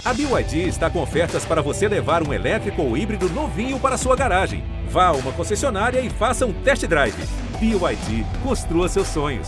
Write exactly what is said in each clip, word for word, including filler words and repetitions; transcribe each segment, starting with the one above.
A B Y D está com ofertas para você levar um elétrico ou híbrido novinho para sua garagem. Vá a uma concessionária e faça um test drive. B Y D, construa seus sonhos.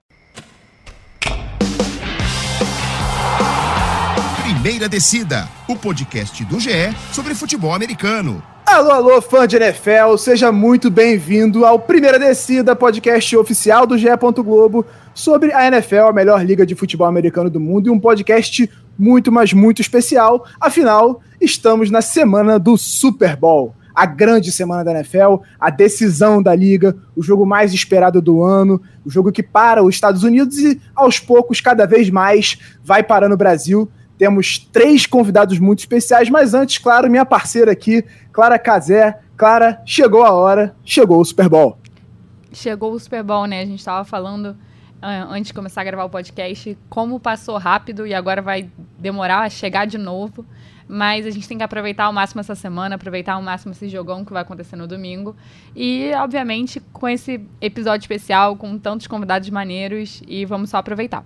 Primeira Descida, o podcast do G E sobre futebol americano. Alô, alô, fã de N F L, seja muito bem-vindo ao Primeira Descida, podcast oficial do G E. Globo sobre a N F L, a melhor liga de futebol americano do mundo, e um podcast muito, mas muito especial. Afinal, estamos na semana do Super Bowl, a grande semana da N F L, a decisão da liga, o jogo mais esperado do ano, o jogo que para os Estados Unidos e, aos poucos, cada vez mais, vai parar no Brasil. Temos três convidados muito especiais, mas antes, claro, minha parceira aqui, Clara Cazé. Clara, chegou a hora, chegou o Super Bowl. Chegou o Super Bowl, né? A gente estava falando, antes de começar a gravar o podcast, como passou rápido e agora vai demorar a chegar de novo. Mas a gente tem que aproveitar ao máximo essa semana, aproveitar ao máximo esse jogão que vai acontecer no domingo. E, obviamente, com esse episódio especial, com tantos convidados maneiros, e vamos só aproveitar.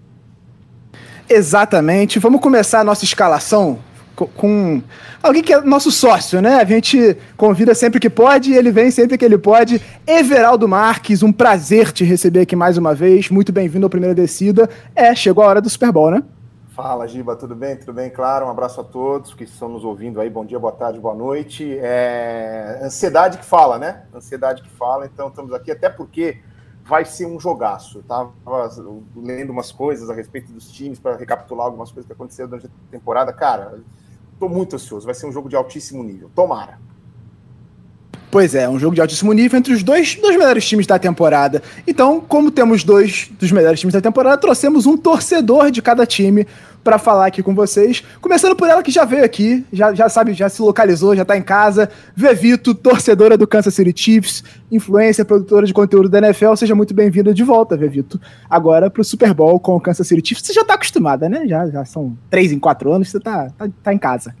Exatamente. Vamos começar a nossa escalação com alguém que é nosso sócio, né? A gente convida sempre que pode e ele vem sempre que ele pode. Everaldo Marques, um prazer te receber aqui mais uma vez. Muito bem-vindo ao Primeira Descida. É, chegou a hora do Super Bowl, né? Fala, Giba, tudo bem? Tudo bem, claro? Um abraço a todos que estão nos ouvindo aí. Bom dia, boa tarde, boa noite. É... Ansiedade que fala, né? Ansiedade que fala, então estamos aqui, até porque vai ser um jogaço. Eu tava lendo umas coisas a respeito dos times para recapitular algumas coisas que aconteceram durante a temporada. Cara, tô muito ansioso. Vai ser um jogo de altíssimo nível. Tomara. Pois é, um jogo de altíssimo nível entre os dois, dois melhores times da temporada. Então, como temos dois dos melhores times da temporada, trouxemos um torcedor de cada time para falar aqui com vocês. Começando por ela que já veio aqui, já, já sabe, já se localizou, já tá em casa. Vevito, torcedora do Kansas City Chiefs, influencer, produtora de conteúdo da N F L. Seja muito bem-vinda de volta, Vevito. Agora pro Super Bowl com o Kansas City Chiefs. Você já tá acostumada, né? Já, já são três em quatro anos, você tá, tá, tá em casa.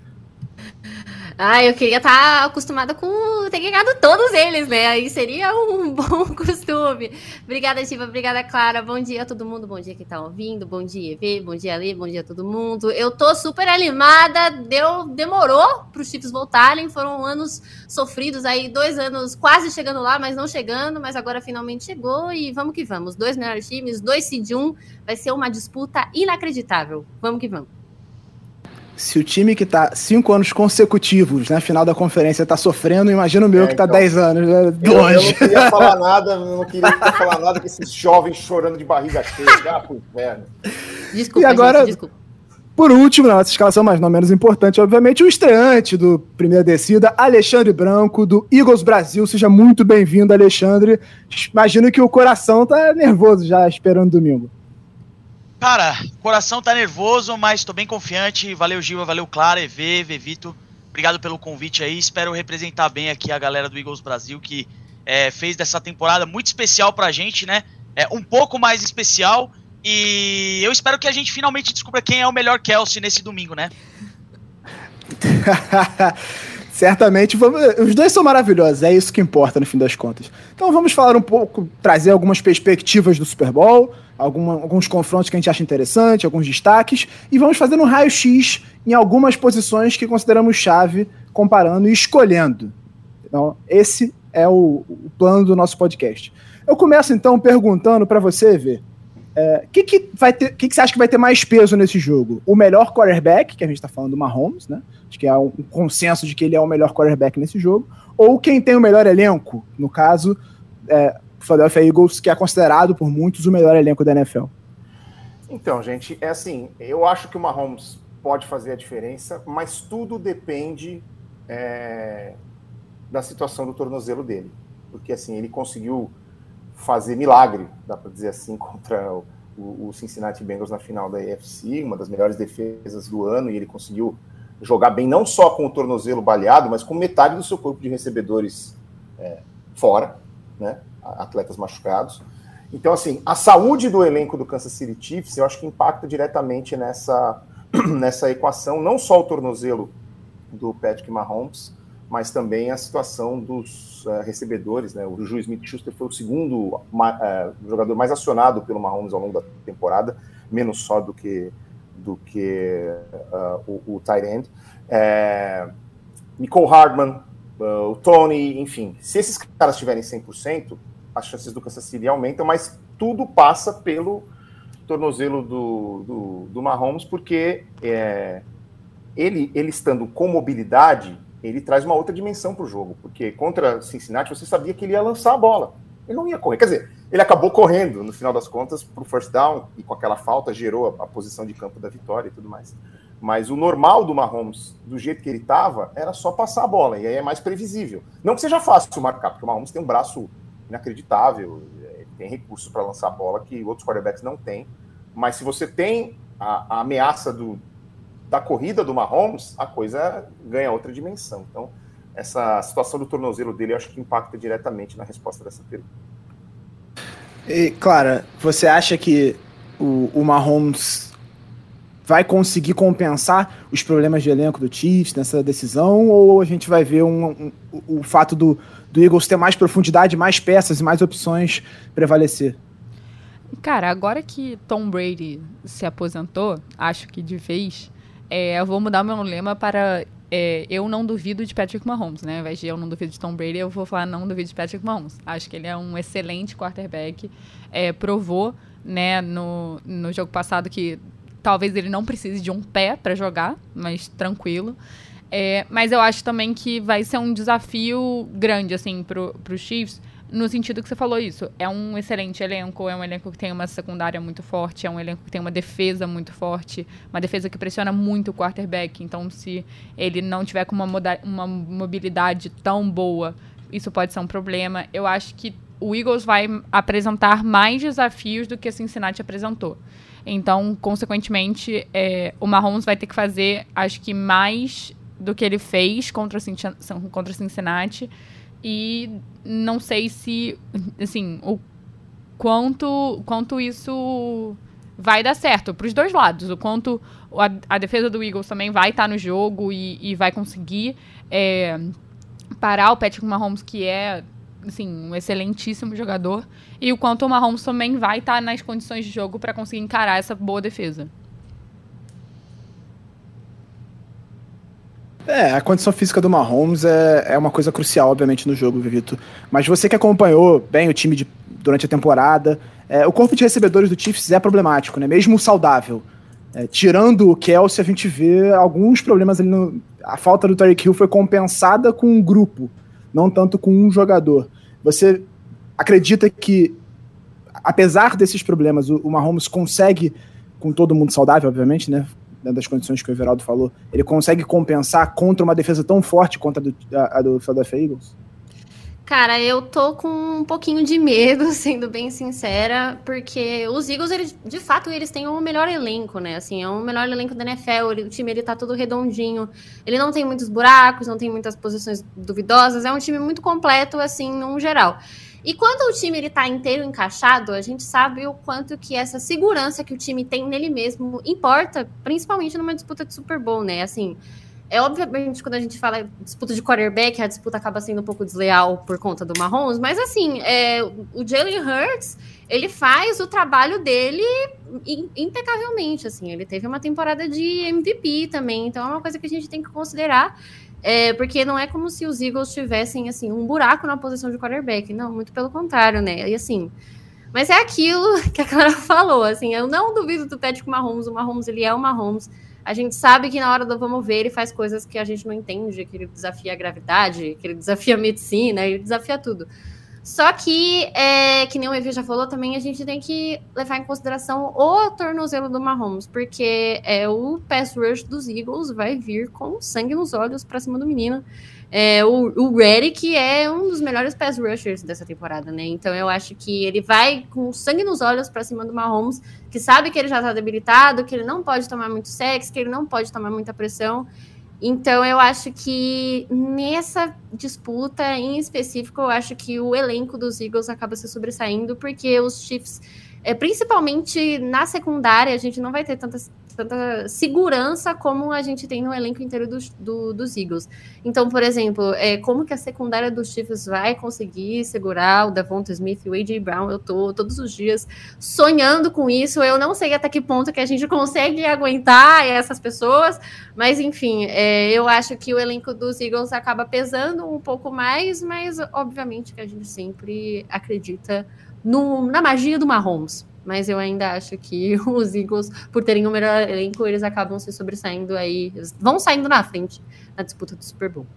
Ah, eu queria estar acostumada com ter ganhado todos eles, né? Aí seria um bom costume. Obrigada, Giba. Obrigada, Clara. Bom dia a todo mundo. Bom dia quem tá ouvindo. Bom dia, Evê. Bom dia, Lê. Bom dia a todo mundo. Eu tô super animada. Deu, demorou para os Chiefs voltarem. Foram anos sofridos aí, dois anos quase chegando lá, mas não chegando. Mas agora finalmente chegou e vamos que vamos. Dois melhores times, dois seed um. Vai ser uma disputa inacreditável. Vamos que vamos. Se o time que tá cinco anos consecutivos na final da conferência tá sofrendo, imagina o meu é, que tá então, dez anos, né? Eu, eu não queria falar nada, eu não queria falar nada com esses jovens chorando de barriga cheia. Ah, pro inferno. Desculpa, e agora, gente, desculpa. Por último, na nossa escalação, mas não menos importante, obviamente, o estreante do Primeira Descida, Alexandre Branco, do Eagles Brasil. Seja muito bem-vindo, Alexandre. Imagino que o coração tá nervoso já esperando domingo. Cara, o coração tá nervoso, mas tô bem confiante. Valeu, Giba, valeu, Clara, Evê, Vevito. Obrigado pelo convite aí. Espero representar bem aqui a galera do Eagles Brasil, que é, fez dessa temporada muito especial pra gente, né? É, um pouco mais especial. E eu espero que a gente finalmente descubra quem é o melhor Kelce nesse domingo, né? Certamente, vamos, os dois são maravilhosos, é isso que importa no fim das contas. Então vamos falar um pouco, trazer algumas perspectivas do Super Bowl, alguma, alguns confrontos que a gente acha interessante, alguns destaques, e vamos fazer um raio-x em algumas posições que consideramos chave, comparando e escolhendo. Então, esse é o, o plano do nosso podcast. Eu começo então perguntando para você, Vê, o que, que, que, que você acha que vai ter mais peso nesse jogo? O melhor quarterback, que a gente está falando do Mahomes, né? Acho que há um consenso de que ele é o melhor quarterback nesse jogo, ou quem tem o melhor elenco, no caso, é, o Philadelphia Eagles, que é considerado por muitos o melhor elenco da N F L. Então, gente, é assim, eu acho que o Mahomes pode fazer a diferença, mas tudo depende é, da situação do tornozelo dele, porque assim, ele conseguiu fazer milagre, dá para dizer assim, contra o, o Cincinnati Bengals na final da A F C, uma das melhores defesas do ano, e ele conseguiu jogar bem não só com o tornozelo baleado, mas com metade do seu corpo de recebedores é, fora, né, atletas machucados. Então, assim, a saúde do elenco do Kansas City Chiefs, eu acho que impacta diretamente nessa, nessa equação, não só o tornozelo do Patrick Mahomes, mas também a situação dos uh, recebedores, né? O Juju Smith-Schuster foi o segundo uh, jogador mais acionado pelo Mahomes ao longo da temporada, menos só do que, do que uh, o, o tight end. É, Mecole Hardman, uh, o Tony, enfim. Se esses caras estiverem cem por cento, as chances do Kansas City aumentam, mas tudo passa pelo tornozelo do, do, do Mahomes, porque é, ele, ele estando com mobilidade, ele traz uma outra dimensão para o jogo, porque contra Cincinnati você sabia que ele ia lançar a bola, ele não ia correr, quer dizer, ele acabou correndo, no final das contas, para o first down, e com aquela falta gerou a, a posição de campo da vitória e tudo mais. Mas o normal do Mahomes, do jeito que ele estava, era só passar a bola, e aí é mais previsível. Não que seja fácil marcar, porque o Mahomes tem um braço inacreditável, ele tem recursos para lançar a bola que outros quarterbacks não têm, mas se você tem a, a ameaça do da corrida do Mahomes, a coisa ganha outra dimensão. Então, essa situação do tornozelo dele, eu acho que impacta diretamente na resposta dessa pergunta. E, Clara, você acha que o, o Mahomes vai conseguir compensar os problemas de elenco do Chiefs nessa decisão, ou a gente vai ver um, um, o, o fato do, do Eagles ter mais profundidade, mais peças e mais opções prevalecer? Cara, agora que Tom Brady se aposentou, acho que de vez... É, eu vou mudar o meu lema para é, eu não duvido de Patrick Mahomes, né? Ao invés de eu não duvido de Tom Brady, eu vou falar não duvido de Patrick Mahomes. Acho que ele é um excelente quarterback. É, provou, né, no, no jogo passado que talvez ele não precise de um pé para jogar, mas tranquilo. É, mas eu acho também que vai ser um desafio grande, assim, pro, pro Chiefs, no sentido que você falou isso. É um excelente elenco, é um elenco que tem uma secundária muito forte, é um elenco que tem uma defesa muito forte, uma defesa que pressiona muito o quarterback. Então, se ele não tiver com uma, moda- uma mobilidade tão boa, isso pode ser um problema. Eu acho que o Eagles vai apresentar mais desafios do que a Cincinnati apresentou. Então, consequentemente, é, o Mahomes vai ter que fazer, acho que mais do que ele fez contra o contra Cincinnati. E não sei se, assim, o quanto, quanto isso vai dar certo para os dois lados. O quanto a, a defesa do Eagles também vai estar no jogo e, e vai conseguir é, parar o Patrick Mahomes, que é, assim, um excelentíssimo jogador. E o quanto o Mahomes também vai estar nas condições de jogo para conseguir encarar essa boa defesa. É, a condição física do Mahomes é, é uma coisa crucial, obviamente, no jogo, Vivito. Mas você que acompanhou bem o time de, durante a temporada, é, o corpo de recebedores do Chiefs é problemático, né? Mesmo saudável. É, tirando o Kelce, a gente vê alguns problemas ali no... A falta do Tyreek Hill foi compensada com um grupo, não tanto com um jogador. Você acredita que, apesar desses problemas, o, o Mahomes consegue, com todo mundo saudável, obviamente, né? Dentro das condições que o Everaldo falou, ele consegue compensar contra uma defesa tão forte quanto a do, a, a do Philadelphia Eagles? Cara, eu tô com um pouquinho de medo, sendo bem sincera, porque os Eagles, eles, de fato, eles têm o melhor elenco, né? Assim, é o melhor elenco da N F L, ele, o time ele tá todo redondinho, ele não tem muitos buracos, não tem muitas posições duvidosas, é um time muito completo, assim, num geral. E quando o time ele tá inteiro encaixado, a gente sabe o quanto que essa segurança que o time tem nele mesmo importa, principalmente numa disputa de Super Bowl, né? Assim, é obviamente quando a gente fala disputa de quarterback, a disputa acaba sendo um pouco desleal por conta do Mahomes, mas assim, é, o Jalen Hurts, ele faz o trabalho dele impecavelmente, assim, ele teve uma temporada de M V P também, então é uma coisa que a gente tem que considerar. É, porque não é como se os Eagles tivessem, assim, um buraco na posição de quarterback. Não, muito pelo contrário, né? E assim, mas é aquilo que a Clara falou, assim, eu não duvido do Patrick Mahomes, o Mahomes, ele é o Mahomes. A gente sabe que na hora do vamos ver, ele faz coisas que a gente não entende, que ele desafia a gravidade, que ele desafia a medicina, ele desafia tudo. Só que, é, que nem o Evi já falou, também a gente tem que levar em consideração o tornozelo do Mahomes, porque é, o pass rush dos Eagles vai vir com sangue nos olhos pra cima do menino. É, o, o Reddick é um dos melhores pass rushers dessa temporada, né? Então eu acho que ele vai com sangue nos olhos pra cima do Mahomes, que sabe que ele já tá debilitado, que ele não pode tomar muito sexo, que ele não pode tomar muita pressão. Então, eu acho que nessa disputa em específico, eu acho que o elenco dos Eagles acaba se sobressaindo, porque os Chiefs é, principalmente na secundária, a gente não vai ter tanta, tanta segurança como a gente tem no elenco inteiro dos, do, dos Eagles. Então, por exemplo, é, como que a secundária dos Chiefs vai conseguir segurar o Devonta Smith e o A J Brown? Eu tô todos os dias sonhando com isso. Eu não sei até que ponto que a gente consegue aguentar essas pessoas, mas enfim, é, eu acho que o elenco dos Eagles acaba pesando um pouco mais, mas obviamente que a gente sempre acredita no, na magia do Mahomes. Mas eu ainda acho que os Eagles, por terem o melhor elenco, eles acabam se sobressaindo aí, vão saindo na frente na disputa do Super Bowl.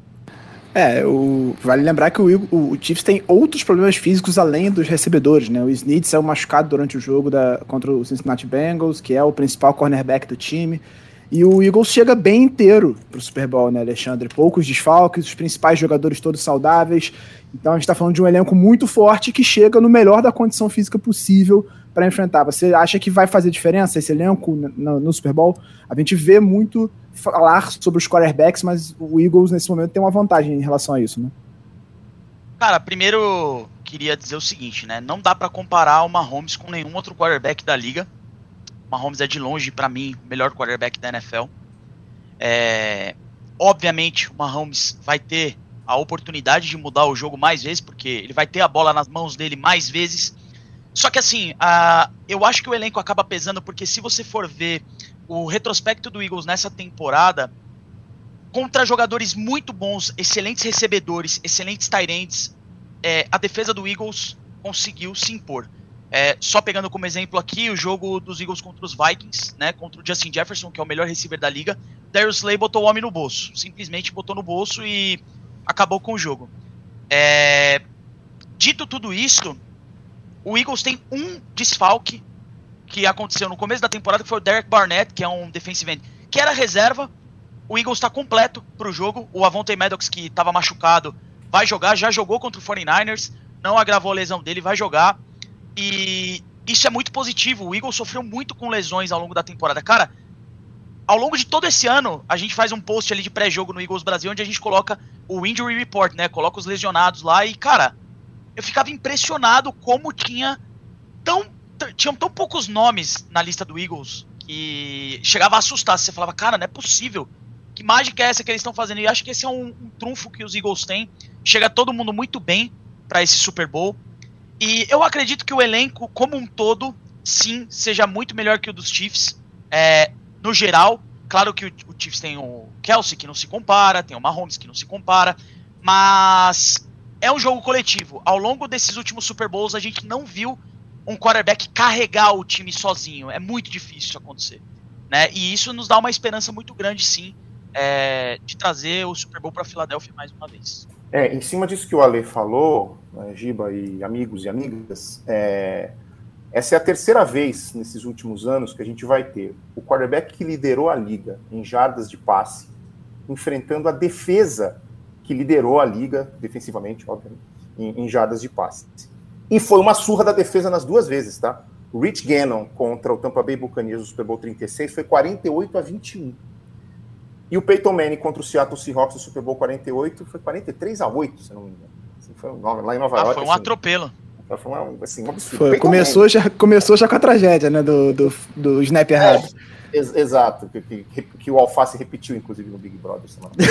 É, o, vale lembrar que o, o, o Chiefs tem outros problemas físicos além dos recebedores, né? O Snead saiu machucado durante o jogo da, contra o Cincinnati Bengals, que é o principal cornerback do time. E o Eagles chega bem inteiro pro Super Bowl, né, Alexandre? Poucos desfalques, os principais jogadores todos saudáveis. Então a gente tá falando de um elenco muito forte que chega no melhor da condição física possível para enfrentar. Você acha que vai fazer diferença esse elenco no, no Super Bowl? A gente vê muito falar sobre os quarterbacks, mas o Eagles nesse momento tem uma vantagem em relação a isso, né? Cara, primeiro queria dizer o seguinte, né? Não dá para comparar o Mahomes com nenhum outro quarterback da liga. O Mahomes é de longe, para mim, o melhor quarterback da N F L. É, obviamente, o Mahomes vai ter a oportunidade de mudar o jogo mais vezes, porque ele vai ter a bola nas mãos dele mais vezes. Só que assim, a, eu acho que o elenco acaba pesando, porque se você for ver o retrospecto do Eagles nessa temporada, contra jogadores muito bons, excelentes recebedores, excelentes tight ends, é, a defesa do Eagles conseguiu se impor. É, só pegando como exemplo aqui o jogo dos Eagles contra os Vikings, né, contra o Justin Jefferson, que é o melhor receiver da liga, Darius Slay botou o homem no bolso, simplesmente botou no bolso e acabou com o jogo. É, dito tudo isso, o Eagles tem um desfalque que aconteceu no começo da temporada, que foi o Derek Barnett, que é um defensive end, que era reserva. O Eagles está completo para o jogo. O Avonte Maddox, que estava machucado, vai jogar, já jogou contra o forty-niners, não agravou a lesão dele, vai jogar. E isso é muito positivo. O Eagles sofreu muito com lesões ao longo da temporada. Cara, ao longo de todo esse ano, a gente faz um post ali de pré-jogo no Eagles Brasil, onde a gente coloca o Injury Report, né? Coloca os lesionados lá e, cara, eu ficava impressionado como tinha tão, t- tinham tão poucos nomes na lista do Eagles que chegava a assustar. Você falava, cara, não é possível. Que mágica é essa que eles estão fazendo? E acho que esse é um, um trunfo que os Eagles têm. Chega todo mundo muito bem para esse Super Bowl. E eu acredito que o elenco, como um todo, sim, seja muito melhor que o dos Chiefs. É, no geral, claro que o, o Chiefs tem o Kelce, que não se compara, tem o Mahomes, que não se compara, mas é um jogo coletivo. Ao longo desses últimos Super Bowls, a gente não viu um quarterback carregar o time sozinho. É muito difícil isso acontecer, né? E isso nos dá uma esperança muito grande, sim, é, de trazer o Super Bowl para a Filadélfia mais uma vez. É, em cima disso que o Ale falou, né, Giba e amigos e amigas, é, essa é a terceira vez nesses últimos anos que a gente vai ter o quarterback que liderou a liga em jardas de passe, enfrentando a defesa que liderou a liga, defensivamente, obviamente, em, em jardas de passe. E foi uma surra da defesa nas duas vezes, tá? O Rich Gannon contra o Tampa Bay Buccaneers no Super Bowl trinta e seis foi quarenta e oito a vinte e um. E o Peyton Manning contra o Seattle Seahawks no Super Bowl quarenta e oito foi quarenta e três a oito, se não me engano. Assim, foi lá em Nova ah, York. Foi um assim, atropelo. Foi um, assim, um absurdo. Foi, começou, já, começou já com a tragédia, né, do, do, do snap errado. É, ex- exato, que, que, que o Alface repetiu, inclusive, no Big Brother.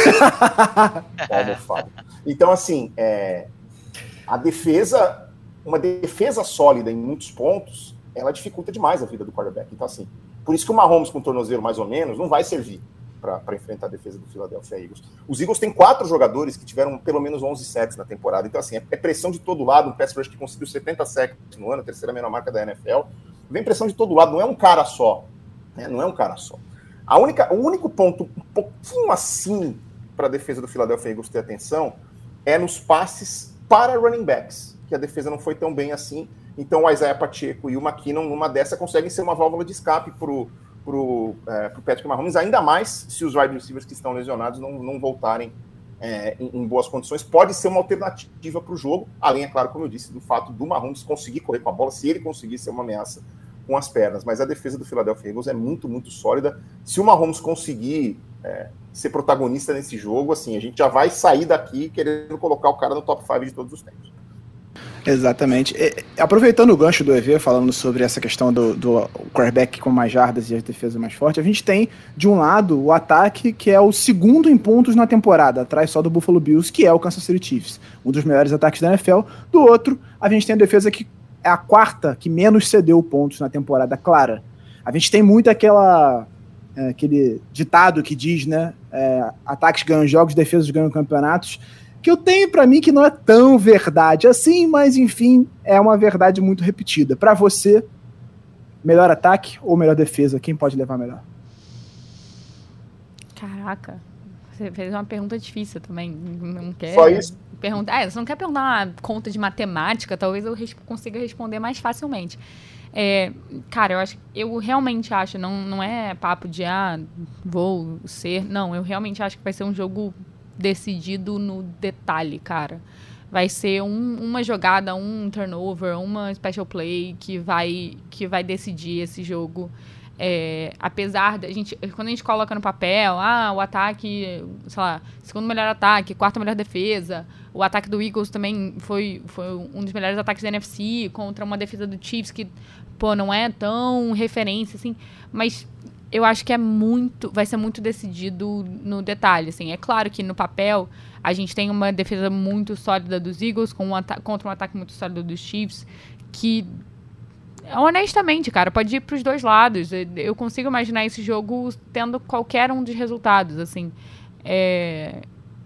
Então, assim, é, a defesa, uma defesa sólida em muitos pontos, ela dificulta demais a vida do quarterback. Então, assim, por isso que o Mahomes com o tornozelo mais ou menos não vai servir para enfrentar a defesa do Philadelphia Eagles. Os Eagles têm quatro jogadores que tiveram pelo menos onze sacks na temporada. Então, assim, é pressão de todo lado. Um pass rush que conseguiu setenta sacks no ano, a terceira menor marca da N F L. Vem pressão de todo lado, não é um cara só. Né? Não é um cara só. A única, o único ponto um pouquinho assim para a defesa do Philadelphia Eagles ter atenção é nos passes para running backs, que a defesa não foi tão bem assim. Então, o Isaiah Pacheco e o McKinnon, numa dessa, conseguem ser uma válvula de escape para o pro, é, pro Patrick Mahomes, ainda mais se os wide receivers que estão lesionados não, não voltarem é, em, em boas condições. Pode ser uma alternativa para o jogo, além, é claro, como eu disse, do fato do Mahomes conseguir correr com a bola, se ele conseguir ser uma ameaça com as pernas. Mas a defesa do Philadelphia Eagles é muito, muito sólida. Se o Mahomes conseguir é, ser protagonista nesse jogo, assim, a gente já vai sair daqui querendo colocar o cara no top cinco de todos os tempos. Exatamente. E, aproveitando o gancho do E V, falando sobre essa questão do, do quarterback com mais jardas e a defesa mais forte, a gente tem, de um lado, o ataque que é o segundo em pontos na temporada, atrás só do Buffalo Bills, que é o Kansas City Chiefs, um dos melhores ataques da N F L. Do outro, a gente tem a defesa que é a quarta que menos cedeu pontos na temporada clara. A gente tem muito aquela, é, aquele ditado que diz, né, é, ataques ganham jogos, defesas ganham campeonatos, que eu tenho pra mim que não é tão verdade assim, mas enfim, é uma verdade muito repetida. Pra você, melhor ataque ou melhor defesa? Quem pode levar melhor? Caraca, você fez uma pergunta difícil também. Não quer Só isso? Perguntar, é, você não quer perguntar uma conta de matemática, talvez eu res- consiga responder mais facilmente. É, cara, eu acho, eu realmente acho, não, não é papo de ah, vou ser, não, eu realmente acho que vai ser um jogo decidido no detalhe, cara. Vai ser um, uma jogada, um turnover, uma special play que vai, que vai decidir esse jogo. É, apesar da gente, quando a gente coloca no papel, ah, o ataque, sei lá, segundo melhor ataque, quarta melhor defesa, o ataque do Eagles também foi, foi um dos melhores ataques da N F C contra uma defesa do Chiefs que, pô, não é tão referência, assim, mas eu acho que é muito, vai ser muito decidido no detalhe, assim. É claro que no papel a gente tem uma defesa muito sólida dos Eagles com um ata- contra um ataque muito sólido dos Chiefs, que, honestamente, cara, pode ir pros dois lados. Eu consigo imaginar esse jogo tendo qualquer um dos resultados, assim. É...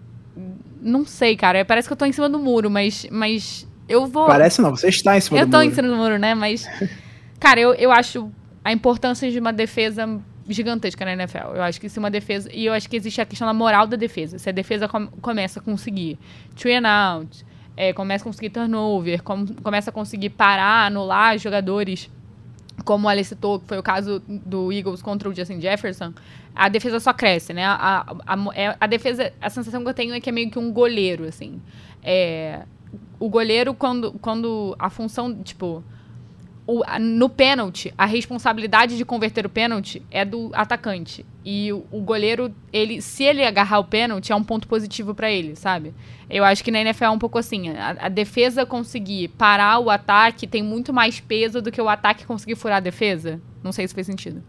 Não sei, cara, parece que eu tô em cima do muro, mas, mas eu vou... Parece não, você está em cima eu do tô muro. em cima do muro, né, mas... Cara, eu, eu acho a importância de uma defesa gigantesca na N F L. Eu acho que se uma defesa... E eu acho que existe a questão da moral da defesa. Se a defesa com, começa a conseguir three and out, é, começa a conseguir turnover, com, começa a conseguir parar, anular jogadores, como o Ale citou, que foi o caso do Eagles contra o Justin Jefferson, a defesa só cresce, né? A, a, a, a defesa... A sensação que eu tenho é que é meio que um goleiro, assim. É, o goleiro, quando, quando a função, tipo... O, no pênalti, a responsabilidade de converter o pênalti é do atacante. E o, o goleiro, ele, se ele agarrar o pênalti, é um ponto positivo pra ele, sabe? Eu acho que na N F L é um pouco assim. A, a defesa conseguir parar o ataque tem muito mais peso do que o ataque conseguir furar a defesa. Não sei se fez sentido.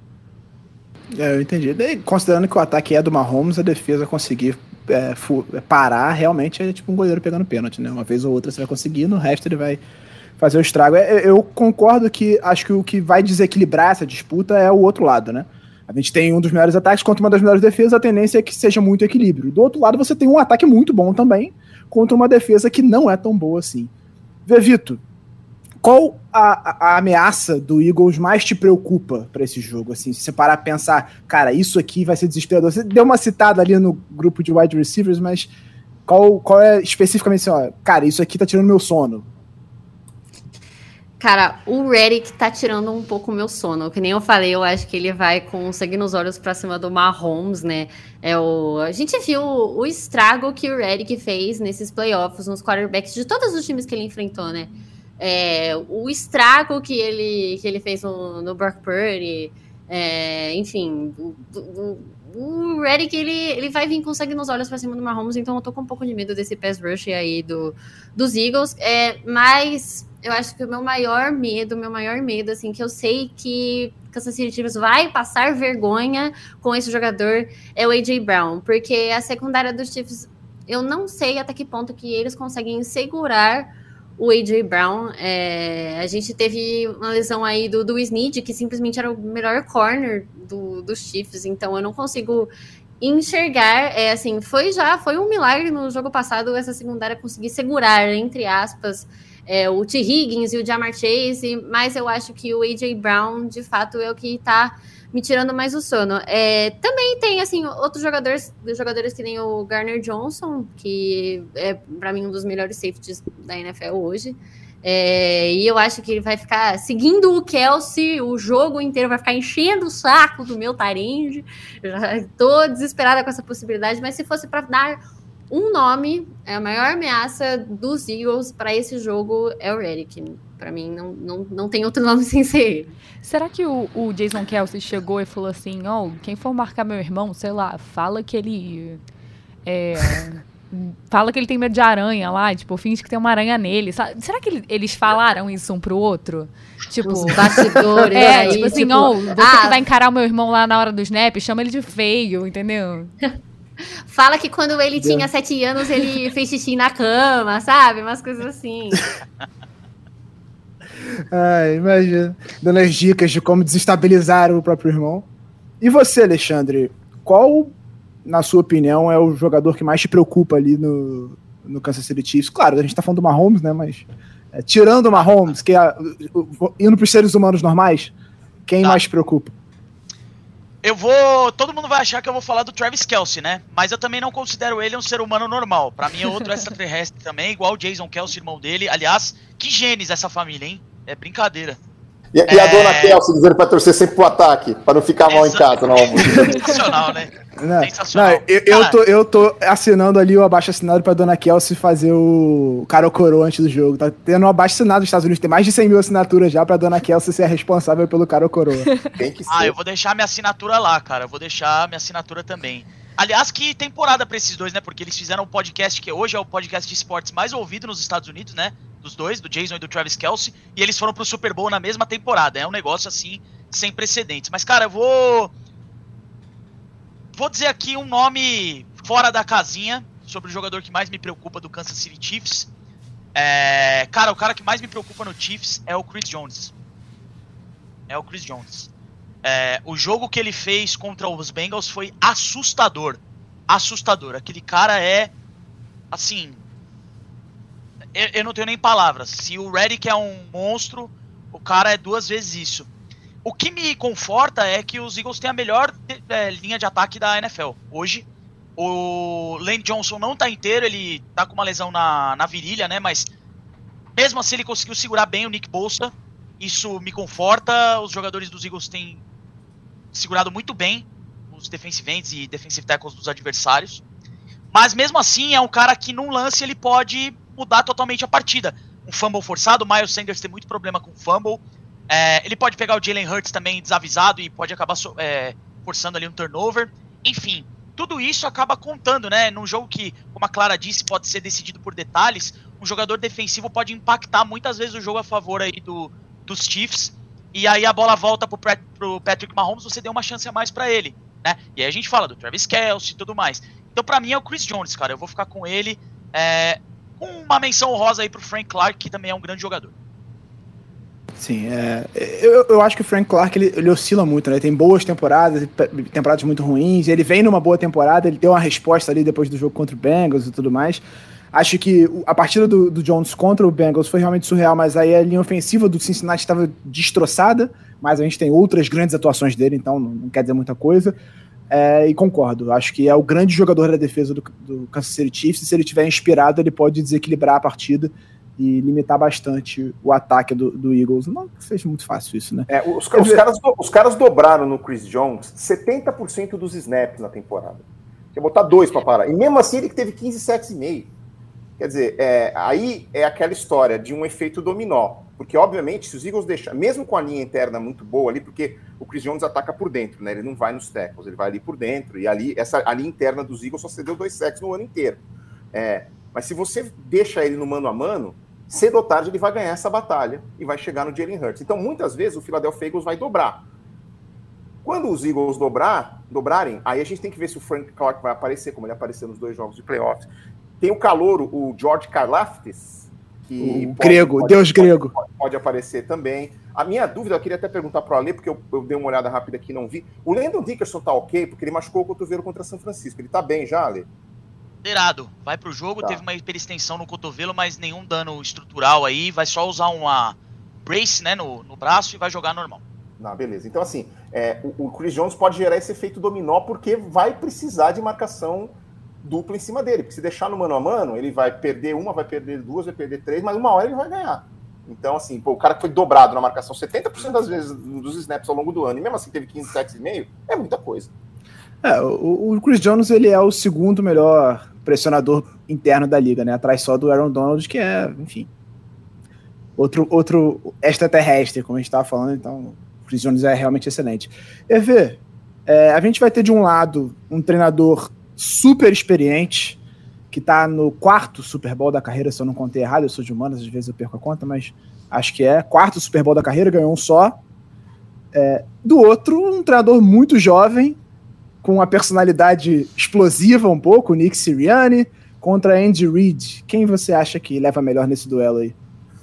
É, eu entendi. Daí, considerando que o ataque é do Mahomes, a defesa conseguir é, fu- parar realmente é tipo um goleiro pegando pênalti, né? Uma vez ou outra você vai conseguir, no resto ele vai fazer o estrago. Eu concordo que acho que o que vai desequilibrar essa disputa é o outro lado, né? A gente tem um dos melhores ataques contra uma das melhores defesas, a tendência é que seja muito equilíbrio. Do outro lado, você tem um ataque muito bom também contra uma defesa que não é tão boa assim. Vevito, qual a, a ameaça do Eagles mais te preocupa para esse jogo? Assim, se você parar a pensar, cara, isso aqui vai ser desesperador. Você deu uma citada ali no grupo de wide receivers, mas qual, qual é especificamente assim, ó, cara, isso aqui tá tirando meu sono? Cara, o Redick tá tirando um pouco o meu sono. Que nem eu falei, eu acho que ele vai com sangue nos olhos pra cima do Mahomes, né? É o... A gente viu o estrago que o Redick fez nesses playoffs, nos quarterbacks de todos os times que ele enfrentou, né? É, o estrago que ele, que ele fez no, no Brock Purdy, é, enfim... O, o, o Redick, ele, ele vai vir com sangue nos olhos pra cima do Mahomes, então eu tô com um pouco de medo desse pass rush aí do, dos Eagles, é, mas... Eu acho que o meu maior medo, meu maior medo, assim, que eu sei que Kansas City Chiefs vai passar vergonha com esse jogador é o A J Brown, porque a secundária dos Chiefs, eu não sei até que ponto que eles conseguem segurar o A J Brown. É, a gente teve uma lesão aí do, do Snead, que simplesmente era o melhor corner do, dos Chiefs, então eu não consigo enxergar, é assim, foi já, foi um milagre no jogo passado essa secundária conseguir segurar, entre aspas, É, o T. Higgins e o Ja'Marr Chase, mas eu acho que o A J Brown, de fato, é o que tá me tirando mais o sono. É, também tem, assim, outros jogadores, jogadores que nem o Garner Johnson, que é, para mim, um dos melhores safeties da N F L hoje. É, e eu acho que ele vai ficar seguindo o Kelce, o jogo inteiro vai ficar enchendo o saco do meu Tyrande. Já tô desesperada com essa possibilidade, mas se fosse para dar um nome, é a maior ameaça dos Eagles para esse jogo é o Redick. Para mim, não, não, não tem outro nome sem ser ele. Será que o, o Jason Kelce chegou e falou assim, ó, oh, quem for marcar meu irmão, sei lá, fala que ele é, fala que ele tem medo de aranha lá, tipo, finge que tem uma aranha nele. Sabe? Será que ele, eles falaram isso um pro outro? Tipo, os bastidores. É, aí, tipo assim, tipo, ó, você ah, que vai encarar o meu irmão lá na hora do snap, chama ele de feio, entendeu? Fala que quando ele Deus. tinha sete anos, ele fez xixi na cama, sabe? Umas coisas assim. Ai, imagina. Dando as dicas de como desestabilizar o próprio irmão. E você, Alexandre? Qual, na sua opinião, é o jogador que mais te preocupa ali no, no Kansas City Chiefs? Claro, a gente tá falando do Mahomes, né? Mas é, tirando o Mahomes, que é, indo pros seres humanos normais, quem tá. mais te preocupa? Eu vou... Todo mundo vai achar que eu vou falar do Travis Kelce, né? Mas eu também não considero ele um ser humano normal. Pra mim é outro extraterrestre também, igual o Jason Kelce, irmão dele. Aliás, que genes essa família, hein? É brincadeira. E, é... e a dona Kelce dizendo pra torcer sempre pro ataque, pra não ficar mal Exato. em casa, não. Sensacional, né? Não, Sensacional. Não, eu, eu, tô, eu tô assinando ali o abaixo-assinado pra dona Kelce fazer o cara ou coroa antes do jogo. Tá tendo um abaixo-assinado nos Estados Unidos. Tem mais de cem mil assinaturas já pra dona Kelce ser a responsável pelo cara ou coroa. Tem que ser. Ah, eu vou deixar minha assinatura lá, cara. Eu vou deixar minha assinatura também. Aliás, que temporada pra esses dois, né? Porque eles fizeram um podcast que hoje é o podcast de esportes mais ouvido nos Estados Unidos, né? Dos dois, do Jason e do Travis Kelce. E eles foram pro Super Bowl na mesma temporada. É um negócio, assim, sem precedentes. Mas, cara, eu vou... Vou dizer aqui um nome fora da casinha sobre o jogador que mais me preocupa do Kansas City Chiefs. É... Cara, o cara que mais me preocupa no Chiefs é o Chris Jones. É o Chris Jones. É... O jogo que ele fez contra os Bengals foi assustador. Assustador. Aquele cara é, assim... Eu, eu não tenho nem palavras. Se o Reddick é um monstro, o cara é duas vezes isso. O que me conforta é que os Eagles têm a melhor é, linha de ataque da N F L hoje. O Lane Johnson não tá inteiro, ele tá com uma lesão na, na virilha, né? Mas mesmo assim ele conseguiu segurar bem o Nick Bosa. Isso me conforta. Os jogadores dos Eagles têm segurado muito bem os defensive ends e defensive tackles dos adversários. Mas mesmo assim é um cara que num lance ele pode mudar totalmente a partida. Um fumble forçado, o Miles Sanders tem muito problema com fumble. É, ele pode pegar o Jalen Hurts também desavisado e pode acabar é, forçando ali um turnover. Enfim, tudo isso acaba contando, né? Num jogo que, como a Clara disse, pode ser decidido por detalhes, um jogador defensivo pode impactar muitas vezes o jogo a favor aí do, dos Chiefs. E aí a bola volta pro, pro Patrick Mahomes, você deu uma chance a mais pra ele, né? E aí a gente fala do Travis Kelce e tudo mais. Então pra mim é o Chris Jones, cara. Eu vou ficar com ele. É, com uma menção honrosa aí pro Frank Clark, que também é um grande jogador. Sim, é, eu, eu acho que o Frank Clark ele, ele oscila muito, né? Ele tem boas temporadas, temporadas muito ruins, ele vem numa boa temporada, ele deu uma resposta ali depois do jogo contra o Bengals e tudo mais. Acho que a partida do, do Jones contra o Bengals foi realmente surreal, mas aí a linha ofensiva do Cincinnati estava destroçada, mas a gente tem outras grandes atuações dele, então não, não quer dizer muita coisa. É, e concordo, acho que é o grande jogador da defesa do, do Kansas City Chiefs, e se ele estiver inspirado, ele pode desequilibrar a partida e limitar bastante o ataque do, do Eagles. Não que seja muito fácil isso, né? É, os, os, caras, os caras dobraram no Chris Jones setenta por cento dos snaps na temporada. Quer botar dois para parar. E mesmo assim ele teve quinze sacks e meio. Quer dizer, é, aí é aquela história de um efeito dominó. Porque, obviamente, se os Eagles deixarem, mesmo com a linha interna muito boa ali, porque o Chris Jones ataca por dentro, né? Ele não vai nos tackles, ele vai ali por dentro. E ali, essa, a linha interna dos Eagles só cedeu dois sacks no ano inteiro. É, mas se você deixa ele no mano a mano, cedo ou tarde ele vai ganhar essa batalha e vai chegar no Jalen Hurts. Então, muitas vezes, o Philadelphia Eagles vai dobrar. Quando os Eagles dobrar, dobrarem, aí a gente tem que ver se o Frank Clark vai aparecer, como ele apareceu nos dois jogos de playoffs. Tem o calouro, o George Karlaftis, que o pode, grego, pode, Deus pode, grego. Pode, pode aparecer também. A minha dúvida, eu queria até perguntar para o Ale, porque eu, eu dei uma olhada rápida aqui e não vi. O Landon Dickerson tá ok, porque ele machucou o cotovelo contra São Francisco. Ele tá bem já, Ale? Zerado. Vai pro jogo, tá. Teve uma hiperextensão no cotovelo, mas nenhum dano estrutural aí. Vai só usar uma brace, né, no, no braço e vai jogar normal. Não, beleza. Então, assim, é, o, o Chris Jones pode gerar esse efeito dominó, porque vai precisar de marcação dupla em cima dele. Porque se deixar no mano a mano, ele vai perder uma, vai perder duas, vai perder três, mas uma hora ele vai ganhar. Então, assim, pô, o cara que foi dobrado na marcação setenta por cento das vezes dos snaps ao longo do ano, e mesmo assim teve quinze sacks e meio, é muita coisa. É, o, o Chris Jones, ele é o segundo melhor pressionador interno da liga, né? Atrás só do Aaron Donald, que é, enfim, outro, outro extraterrestre, como a gente estava falando. Então, o Chris Jones é realmente excelente. E vê, é, a gente vai ter de um lado um treinador super experiente, que tá no quarto Super Bowl da carreira, se eu não contei errado, eu sou de humanas, às vezes eu perco a conta, mas acho que é, quarto Super Bowl da carreira, ganhou um só. É, do outro, um treinador muito jovem, com uma personalidade explosiva um pouco, Nick Sirianni, contra Andy Reid. Quem você acha que leva melhor nesse duelo aí?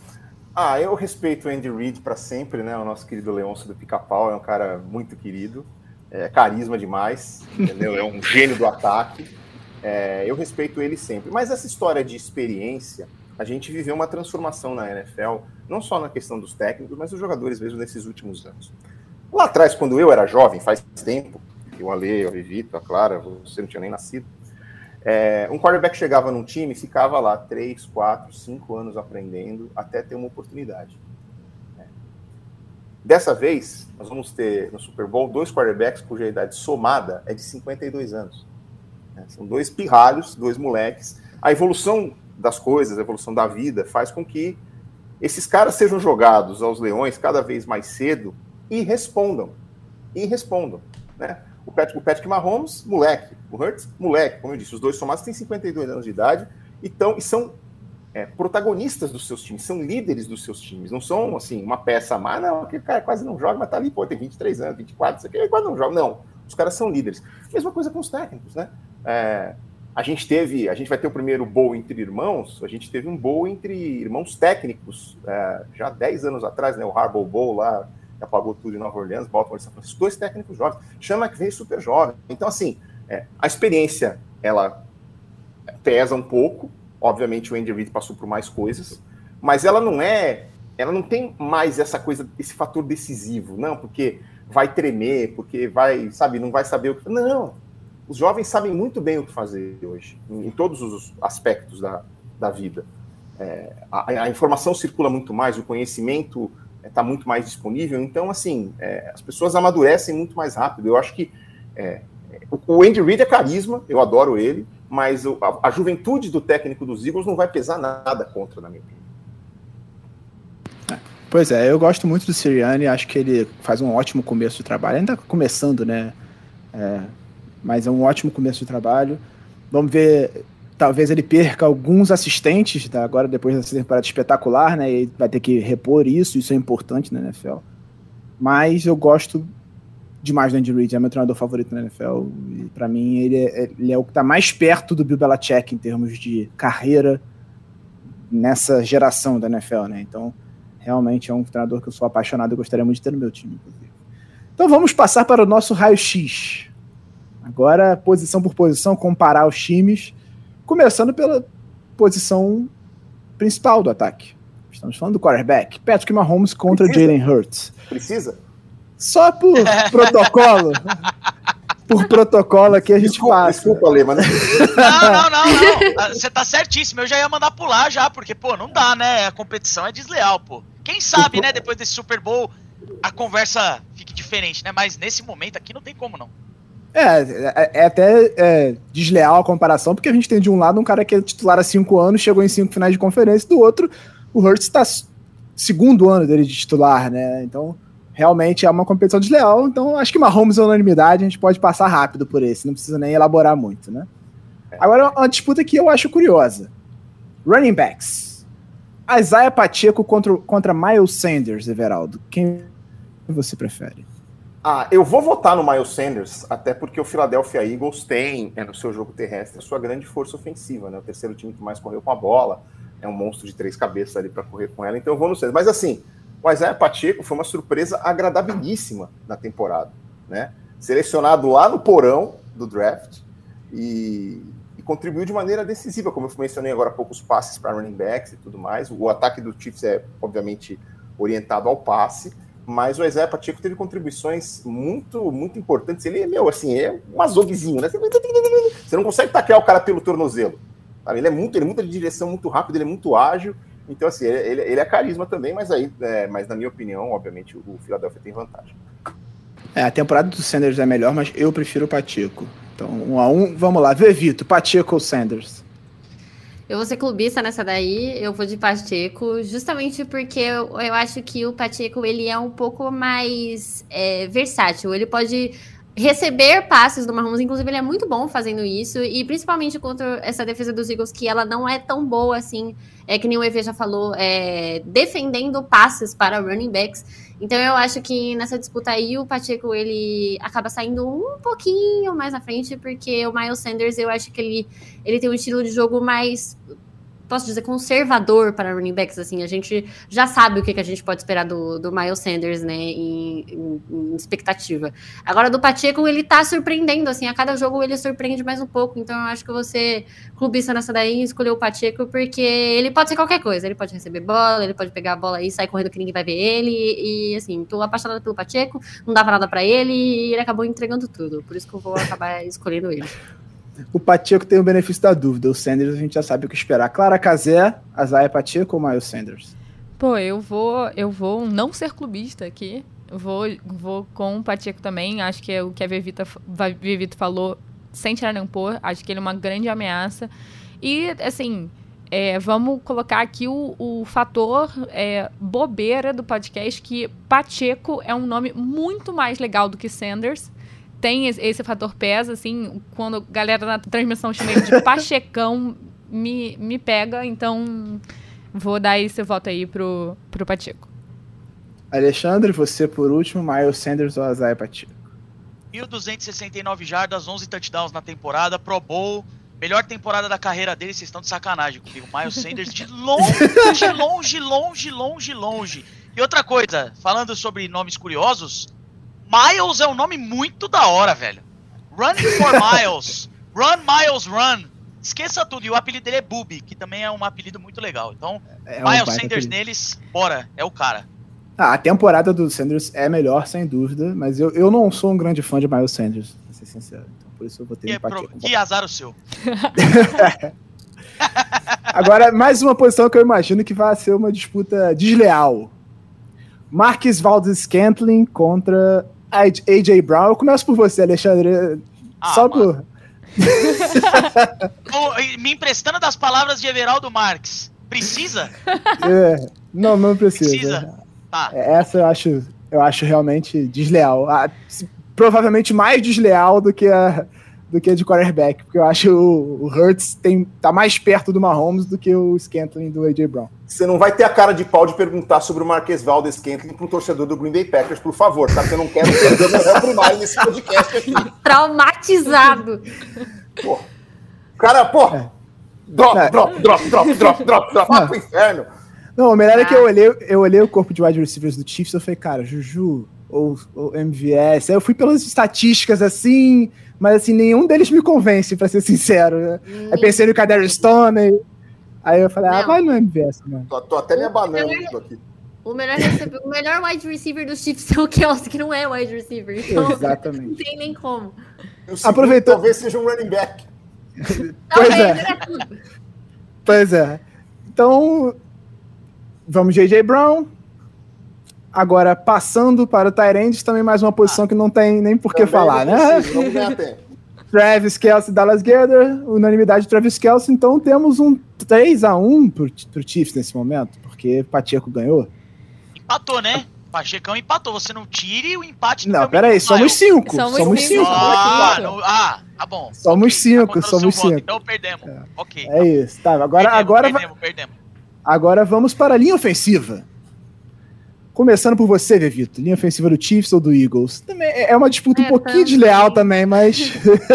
Ah, eu respeito o Andy Reid para sempre, né? O nosso querido Leôncio do Pica-Pau é um cara muito querido, é carisma demais, entendeu? É um gênio do ataque. É, eu respeito ele sempre. Mas essa história de experiência, a gente viveu uma transformação na N F L, não só na questão dos técnicos, mas dos jogadores mesmo nesses últimos anos. Lá atrás, quando eu era jovem, faz tempo, eu, Ale, eu, Vivito, a Clara, você não tinha nem nascido, é, um quarterback chegava num time e ficava lá três, quatro, cinco anos aprendendo até ter uma oportunidade. É. Dessa vez, nós vamos ter no Super Bowl dois quarterbacks cuja idade somada é de cinquenta e dois anos. É, são dois pirralhos, dois moleques. A evolução das coisas, a evolução da vida faz com que esses caras sejam jogados aos leões cada vez mais cedo e respondam. E respondam, né? O Patrick, o Patrick Mahomes, moleque. O Hurts, moleque. Como eu disse, os dois somados têm cinquenta e dois anos de idade e, tão, e são é, protagonistas dos seus times, são líderes dos seus times. Não são, assim, uma peça a mais. Não, aquele cara quase não joga, mas tá ali, pô, tem vinte e três anos, vinte e quatro, isso aqui, ele quase não joga. Não, os caras são líderes. Mesma coisa com os técnicos, né? É, a gente teve, a gente vai ter o primeiro bowl entre irmãos, a gente teve um bowl entre irmãos técnicos, é, já dez anos atrás, né? O Harbaugh Bowl lá, que apagou tudo em Nova Orleans, Baltimore e São Francisco, dois técnicos jovens, chama que veio super jovem. Então, assim, é, a experiência, ela pesa um pouco, obviamente o Andy Reid passou por mais coisas, mas ela não é, ela não tem mais essa coisa, esse fator decisivo, não, porque vai tremer, porque vai, sabe, não vai saber o que... Não, os jovens sabem muito bem o que fazer hoje, em, em todos os aspectos da, da vida. É, a, a informação circula muito mais, o conhecimento está muito mais disponível, então, assim, é, as pessoas amadurecem muito mais rápido. Eu acho que é, o Andy Reid é carisma, eu adoro ele, mas o, a, a juventude do técnico dos Eagles não vai pesar nada contra, na minha opinião. Pois é, eu gosto muito do Sirianni, acho que ele faz um ótimo começo de trabalho, ainda está começando, né, é, mas é um ótimo começo de trabalho. Vamos ver... Talvez ele perca alguns assistentes, tá? Agora depois dessa temporada espetacular, né? E vai ter que repor isso, isso é importante na N F L. Mas eu gosto demais do Andy Reid, é meu treinador favorito na N F L. E para mim ele é, ele é o que está mais perto do Bill Belichick em termos de carreira nessa geração da N F L, né? Então, realmente é um treinador que eu sou apaixonado e gostaria muito de ter no meu time, inclusive. Então vamos passar para o nosso raio-x. Agora, posição por posição, comparar os times. Começando pela posição principal do ataque. Estamos falando do quarterback. Patrick Mahomes contra Jalen Hurts. Precisa? Só por protocolo. Por protocolo aqui a gente desculpa, passa. Desculpa, Lema, né? Não, não, não, não. Você tá certíssimo. Eu já ia mandar pular já, porque, pô, não dá, né? A competição é desleal, pô. Quem sabe, né, depois desse Super Bowl, a conversa fique diferente, né? Mas nesse momento aqui não tem como, não. É, é, é até é, desleal a comparação, porque a gente tem de um lado um cara que é titular há cinco anos, chegou em cinco finais de conferência, do outro, o Hurts está segundo ano dele de titular, né? Então, realmente é uma competição desleal. Então, acho que Mahomes é unanimidade, a gente pode passar rápido por esse, não precisa nem elaborar muito, né? Agora, uma disputa que eu acho curiosa. Running backs. Isaiah Pacheco contra, contra Miles Sanders, Everaldo. Quem você prefere? Ah, eu vou votar no Miles Sanders, até porque o Philadelphia Eagles tem, é, no seu jogo terrestre, a sua grande força ofensiva, né? O terceiro time que mais correu com a bola, é um monstro de três cabeças ali para correr com ela, então eu vou no Sanders. Mas assim, o Isaiah Pacheco foi uma surpresa agradabilíssima na temporada, né? Selecionado lá no porão do draft e, e contribuiu de maneira decisiva, como eu mencionei agora há pouco, os passes para running backs e tudo mais. O ataque do Chiefs é, obviamente, orientado ao passe, mas o Isaiah Pacheco teve contribuições muito, muito importantes. Ele é, meu, assim, é um azouguezinho, né? Você não consegue taclear o cara pelo tornozelo. Sabe? Ele é muito, ele é muito de direção, muito rápido, ele é muito ágil. Então, assim, ele, ele é carisma também, mas aí, é, mas na minha opinião, obviamente, o Philadelphia tem vantagem. É, a temporada do Sanders é melhor, mas eu prefiro o Pacheco. Então, um a um, vamos lá. Vevito, Pacheco ou Sanders? Eu vou ser clubista nessa daí, eu vou de Pacheco, justamente porque eu, eu acho que o Pacheco, ele é um pouco mais é, versátil, ele pode receber passes do Mahomes, inclusive ele é muito bom fazendo isso, e principalmente contra essa defesa dos Eagles, que ela não é tão boa assim, é que nem o E V já falou, é, defendendo passes para running backs. Então eu acho que nessa disputa aí o Pacheco, ele acaba saindo um pouquinho mais à frente, porque o Miles Sanders, eu acho que ele, ele tem um estilo de jogo mais, posso dizer, conservador para running backs, assim, a gente já sabe o que, que a gente pode esperar do, do Miles Sanders, né, em, em, em expectativa. Agora, do Pacheco, ele tá surpreendendo, assim, a cada jogo ele surpreende mais um pouco, então eu acho que você, clubista nessa daí, escolheu o Pacheco, porque ele pode ser qualquer coisa, ele pode receber bola, ele pode pegar a bola e sair correndo que ninguém vai ver ele, e, assim, tô apaixonada pelo Pacheco, não dava nada pra ele, e ele acabou entregando tudo, por isso que eu vou acabar escolhendo ele. O Pacheco tem o benefício da dúvida. O Sanders a gente já sabe o que esperar. Clara Cazé, Isaiah Pacheco ou Miles Sanders? Pô, eu vou, eu vou não ser clubista aqui. Eu vou, vou com o Pacheco também. Acho que é o que a Vevita, Vevito falou, sem tirar nem pôr. Acho que ele é uma grande ameaça. E, assim, é, vamos colocar aqui o, o fator é, bobeira do podcast, que Pacheco é um nome muito mais legal do que Sanders. Tem esse, esse fator pesa, assim, quando a galera na transmissão chama ele de Pachecão, me, me pega, então vou dar esse voto aí pro, pro Pacheco. Alexandre, você por último, Miles Sanders ou Isaiah Pacheco? mil duzentos e sessenta e nove jardas, onze touchdowns na temporada, Pro Bowl, melhor temporada da carreira dele, vocês estão de sacanagem comigo. Miles Sanders de longe, de longe, longe, longe, longe. E outra coisa, falando sobre nomes curiosos, Miles é um nome muito da hora, velho. Running for Miles. Run, Miles, run. Esqueça tudo. E o apelido dele é Booby, que também é um apelido muito legal. Então, é um Miles Sanders apelido. Neles, bora. É o cara. Ah, a temporada do Sanders é melhor, sem dúvida. Mas eu, eu não sou um grande fã de Miles Sanders, pra ser sincero. Então, por isso eu votei no Pacheco. Que azar o seu. Agora, mais uma posição que eu imagino que vai ser uma disputa desleal. Marquez Valdes-Scantling contra A J Brown. Eu começo por você, Alexandre. Ah, Só por... Me emprestando das palavras de Everaldo Marques. Precisa? É, não, não precisa. Precisa? Tá. Essa eu acho, eu acho realmente desleal. Ah, provavelmente mais desleal do que a, do que a de quarterback, porque eu acho o, o Hurts tem, tá mais perto do Mahomes do que o Scantling do A J Brown. Você não vai ter a cara de pau de perguntar sobre o Marquez Valdes-Scantling para um torcedor do Green Bay Packers, por favor, tá? Porque eu não quero perder meu réu primário nesse podcast aqui. Traumatizado. Pô. Cara, pô, É. drop, É. drop, drop, drop, drop, drop, drop, vai pro inferno. Não, o melhor é que eu olhei, eu olhei o corpo de wide receivers do Chiefs e eu falei, cara, Juju ou, ou M V S. Aí eu fui pelas estatísticas assim, mas assim, nenhum deles me convence, pra ser sincero. Né? Hum. Aí pensei no Kadarius Stoney. Aí eu falei, ah, Não. vai no M V S, mano. Tô, tô até me abanando isso aqui. O melhor, recebe... o melhor wide receiver dos Chiefs é o Kelsey, que não é wide receiver. Então, Exatamente. não tem nem como. E o segundo Aproveitou- talvez seja um running back. Pois Talvez, é. é tudo. Pois é. Então, vamos J J Brown. Agora, passando para o Tyrands, também mais uma posição que não tem nem por que Também falar, não né? precisa, Vamos ganhar tempo. Travis Kelce e Dallas Goedert, unanimidade de Travis Kelce, então temos um três a um pro, pro Chiefs nesse momento, porque Pacheco ganhou. Empatou, né? Pachecão empatou. Você não tire o empate do Não, meu peraí, amigo somos Miles. cinco. Somos Somos cinco. cinco. Ah, Cinco. não- ah, tá bom. Somos Ok, cinco, tá contando somos seu voto, cinco. Então perdemos. Ok. É isso, tá. Agora, Perdemos, agora, perdemos, perdemos. agora vamos para a linha ofensiva. Começando por você, Vevito. Linha ofensiva do Chiefs ou do Eagles? Também é uma disputa um É, pouquinho também. desleal também, mas...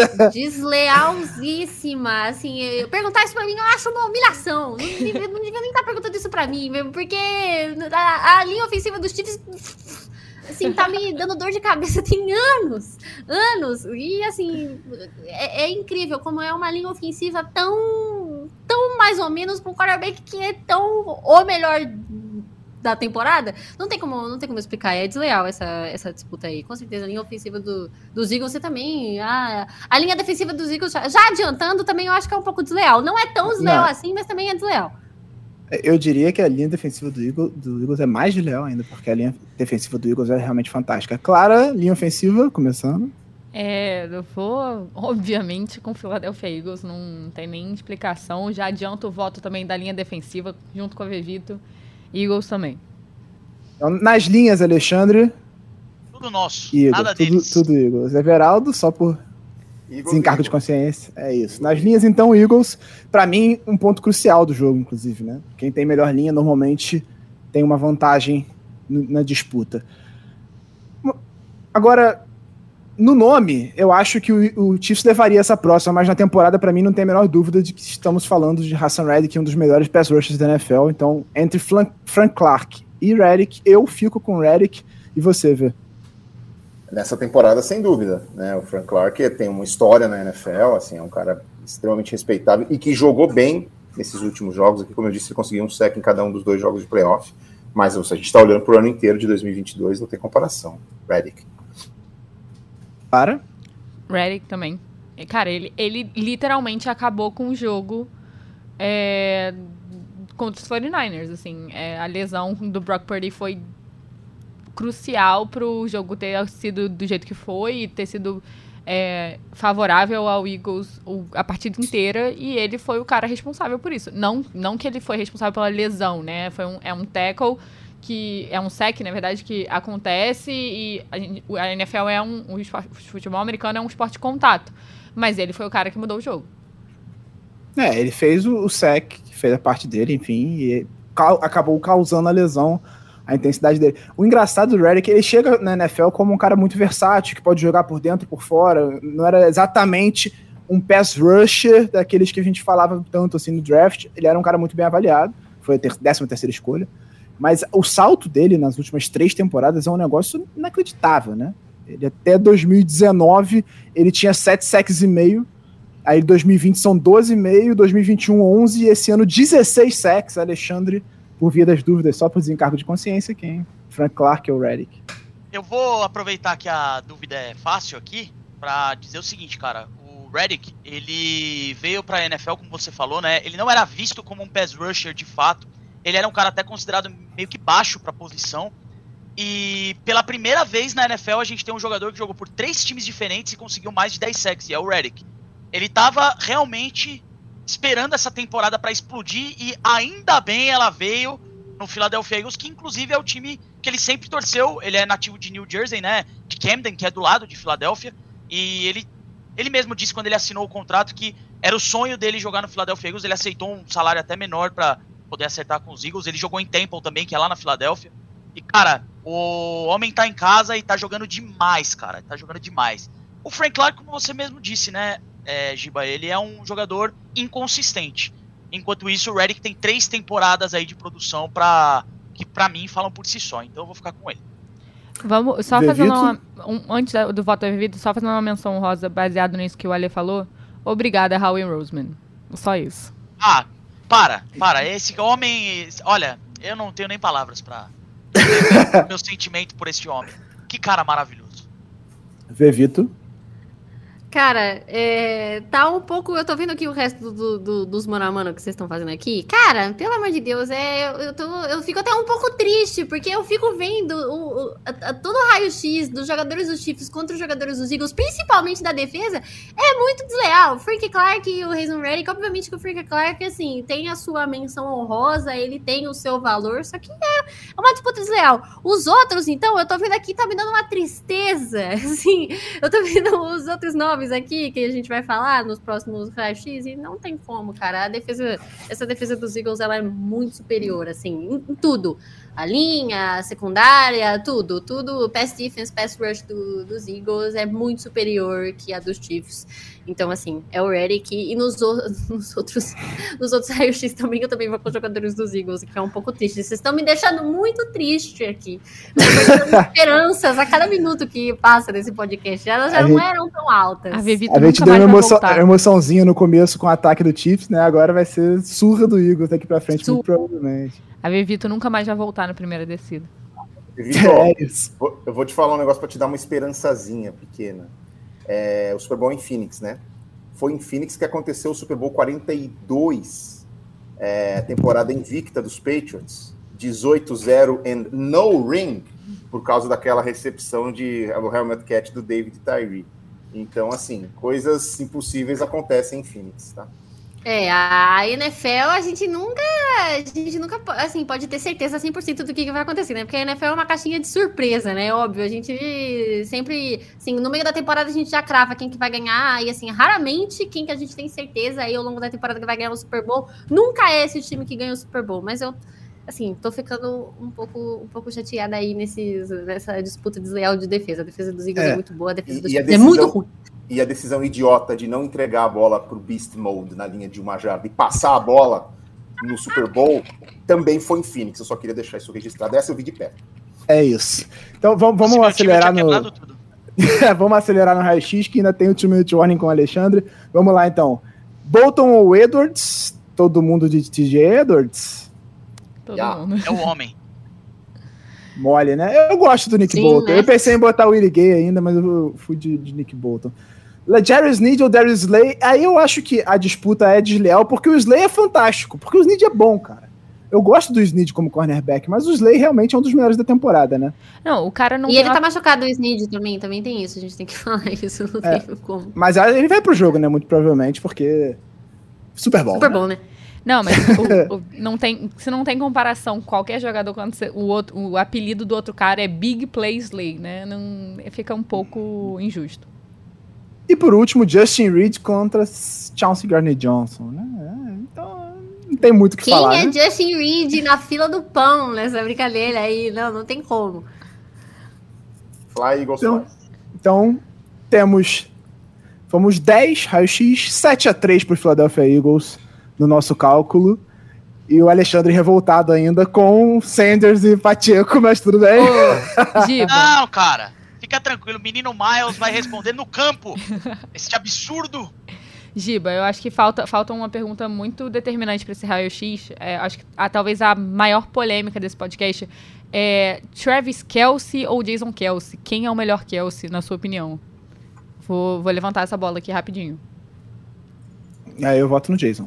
Deslealzíssima. Assim, eu- perguntar isso pra mim eu acho uma humilhação. Não devia, não devia nem estar perguntando isso pra mim, mesmo, porque a, a linha ofensiva dos Chiefs, assim, tá me dando dor de cabeça tem anos. Anos. E, assim, é, é incrível como é uma linha ofensiva tão, tão mais ou menos com um quarterback que é tão o melhor da temporada. Não tem como, não tem como explicar, é desleal essa, essa disputa aí. Com certeza, a linha ofensiva do, dos Eagles, você também... A, a linha defensiva dos Eagles, já, já adiantando, também eu acho que é um pouco desleal. Não é tão desleal Não. assim, mas também é desleal. Eu diria que a linha defensiva do Eagles, do Eagles é mais desleal ainda, porque a linha defensiva do Eagles é realmente fantástica. Clara, linha ofensiva, começando. É, eu vou, obviamente, com o Philadelphia Eagles, não tem nem explicação. Já adianto o voto também da linha defensiva, junto com a Vevito. Eagles também. Então, nas linhas, Alexandre. Tudo Tudo nosso, Eagles, nada tudo, deles. tudo Eagles. Everaldo, só por Eagles, desencargo Eagles. de consciência. É isso. Nas linhas, então, Eagles, pra mim, um ponto crucial do jogo, inclusive, né? Quem tem melhor linha, normalmente, tem uma vantagem no- na disputa. Agora, no nome, eu acho que o, o Chiefs levaria essa próxima, mas na temporada, pra mim, não tem a menor dúvida de que estamos falando de Hassan Reddick, um dos melhores pass rushers da N F L. Então, entre Flan- Frank Clark e Reddick, eu fico com Reddick. E você, Vê? Nessa temporada, sem dúvida, né? O Frank Clark tem uma história na N F L, assim, é um cara extremamente respeitável e que jogou bem nesses últimos jogos. Aqui, como eu disse, ele conseguiu um sec em cada um dos dois jogos de playoff, mas se a gente está olhando para o ano inteiro de dois mil e vinte e dois, não tem comparação. Reddick. Para? Reddick também. E, Cara, ele, ele literalmente acabou com o jogo é, contra os forty-niners, assim. É, a lesão do Brock Purdy foi crucial pro jogo ter sido do jeito que foi e ter sido é, favorável ao Eagles o, a partida inteira, e ele foi o cara responsável por isso. Não, não que ele foi responsável pela lesão, né? Foi um, é um tackle que é um sec, na verdade, que acontece, e a, gente, a N F L é um, o futebol americano é um esporte de contato, mas ele foi o cara que mudou o jogo. É, ele fez o, o sec, fez a parte dele, enfim, e cal- acabou causando a lesão, a intensidade dele. O engraçado do Reddick, ele chega na N F L como um cara muito versátil, que pode jogar por dentro e por fora, não era exatamente um pass rusher daqueles que a gente falava tanto assim no draft, ele era um cara muito bem avaliado, foi a ter- décima terceira escolha, mas o salto dele nas últimas três temporadas é um negócio inacreditável, né? Ele até dois mil e dezenove, ele tinha sete sacks e meio, aí dois mil e vinte são doze e meio, dois mil e vinte e um onze, e esse ano dezesseis sacks. Alexandre, por via das dúvidas, só por desencargo de consciência, quem? Frank Clark ou Reddick? Eu vou aproveitar que a dúvida é fácil aqui pra dizer o seguinte, cara. O Reddick, ele veio pra N F L, como você falou, né? Ele não era visto como um pass rusher de fato. Ele era um cara até considerado meio que baixo pra posição. E pela primeira vez na N F L a gente tem um jogador que jogou por três times diferentes e conseguiu mais de dez sacks, e é o Reddick. Ele tava realmente esperando essa temporada pra explodir, e ainda bem ela veio no Philadelphia Eagles, que inclusive é o time que ele sempre torceu. Ele é nativo de New Jersey, né, de Camden, que é do lado de Filadélfia, e ele, ele mesmo disse quando ele assinou o contrato que era o sonho dele jogar no Philadelphia Eagles. Ele aceitou um salário até menor pra poder acertar com os Eagles. Ele jogou em Temple também, que é lá na Filadélfia. E, cara, o homem tá em casa e tá jogando demais, cara. Tá jogando demais. O Frank Clark, como você mesmo disse, né, é, Giba, ele é um jogador inconsistente. Enquanto isso, o Reddick tem três temporadas aí de produção pra, que, pra mim, falam por si só. Então eu vou ficar com ele. Vamos só Vevito? fazer uma. Um, antes da- do voto do Vevito, só fazer uma menção rosa baseado nisso que o Ale falou. Obrigada, Howie Roseman. Só isso. Ah, para, para. Esse homem... Olha, eu não tenho nem palavras pra... meu sentimento por este homem. Que cara maravilhoso. Vevito. Cara, é, tá um pouco. Eu tô vendo aqui o resto do, do- dos mano a mano que vocês estão fazendo aqui. Cara, pelo amor de Deus, é, eu, eu, tô, eu fico até um pouco triste, porque eu fico vendo o, o, a- a- todo o raio-x dos jogadores dos Chiefs contra os jogadores dos Eagles, principalmente da defesa, é muito desleal. O Frank Clark e o Hassan Reddick, obviamente que o Frank Clark, assim, tem a sua menção honrosa, ele tem o seu valor, só que é uma disputa desleal. Os outros, então, eu tô vendo aqui, tá me dando uma tristeza, assim, eu tô vendo os outros nomes aqui que a gente vai falar nos próximos raio-x e não tem como, cara. A defesa, essa defesa dos Eagles, ela é muito superior, assim, em, em tudo. A linha, a secundária, tudo, tudo. Pass defense, pass rush do, dos Eagles é muito superior que a dos Chiefs. Então, assim, é o Reddick. E nos, o- nos outros, nos outros raio-x também, eu também vou com os jogadores dos Eagles, que é um pouco triste. Vocês estão me deixando muito triste aqui. Eu tô dando esperanças a cada minuto que passa nesse podcast. Elas já A não gente- eram tão altas. A Vevito A gente nunca deu mais uma vai emoção, voltar. emoçãozinha no começo com o ataque do Chiefs, né? Agora vai ser surra do Eagles daqui pra frente, muito Surra. provavelmente. A Vevito nunca mais vai voltar na primeira descida. Vitor, É isso. vou- eu vou te falar um negócio para te dar uma esperançazinha pequena. É, o Super Bowl em Phoenix, né? Foi em Phoenix que aconteceu o Super Bowl quarenta e dois, é, temporada invicta dos Patriots, dezoito a zero and no ring, por causa daquela recepção de o helmet catch do David Tyree. Então, assim, coisas impossíveis acontecem em Phoenix, tá? É, a N F L a gente nunca, a gente nunca, assim, pode ter certeza cem por cento do que vai acontecer, né? Porque a N F L é uma caixinha de surpresa, né? Óbvio, a gente sempre, assim, no meio da temporada a gente já crava quem que vai ganhar e, assim, raramente quem que a gente tem certeza aí ao longo da temporada que vai ganhar o Super Bowl, nunca é esse time que ganha o Super Bowl, mas eu, assim, tô ficando um pouco, um pouco chateada aí nesses, nessa disputa desleal de defesa. A defesa dos Eagles é, é muito boa, a defesa dos Chiefs é muito ruim. E a decisão idiota de não entregar a bola pro Beast Mode na linha de uma jarda e passar a bola no Super Bowl também foi em Phoenix. Eu só queria deixar isso registrado. Essa eu vi de perto. É isso. Então vamos, vamos acelerar no... vamos acelerar no raio-x, que ainda tem o two-minute warning com o Alexandre. Vamos lá, então. Bolton ou Edwards? Todo mundo de T J Edwards? Todo yeah. mundo. É o homem. Mole, né? Eu gosto do Nick Sim, Bolton. Né? Eu pensei em botar o Willie Gay ainda, mas eu fui de, de Nick Bolton. Jerry Sneed ou Darius Slay, aí eu acho que a disputa é desleal, porque o Slay é fantástico, porque o Sneed é bom, cara. Eu gosto do Sneed como cornerback, mas o Slay realmente é um dos melhores da temporada, né? Não, o cara não... E ele uma... tá machucado, o Sneed também, também tem isso, a gente tem que falar isso, não é, tem como. Mas ele vai pro jogo, né, muito provavelmente, porque... Super Bowl. Super né? Bowl, né? Não, mas o, o, não tem, se não tem comparação, qualquer jogador, quando você, o, outro, o apelido do outro cara é Big Play Slay, né? Não, fica um pouco injusto. E por último, Justin Reed contra Chauncey Gardner-Johnson, né? Então, não tem muito o que Quem falar, é né? Justin Reed na fila do pão nessa brincadeira aí? Não, não tem como. Fly Eagles então, fly. Então, temos... Fomos dez, raio-x, sete a três pro Philadelphia Eagles no nosso cálculo. E o Alexandre revoltado ainda com Sanders e Pacheco, mas tudo bem. Ô, Giba. Não, cara. Fica tranquilo, o menino Miles vai responder no campo. Esse absurdo. Giba, eu acho que falta, falta uma pergunta muito determinante para esse raio-x. É, acho que a, talvez a maior polêmica desse podcast é Travis Kelce ou Jason Kelce? Quem é o melhor Kelce, na sua opinião? Vou, vou levantar essa bola aqui rapidinho. Aí eu voto no Jason.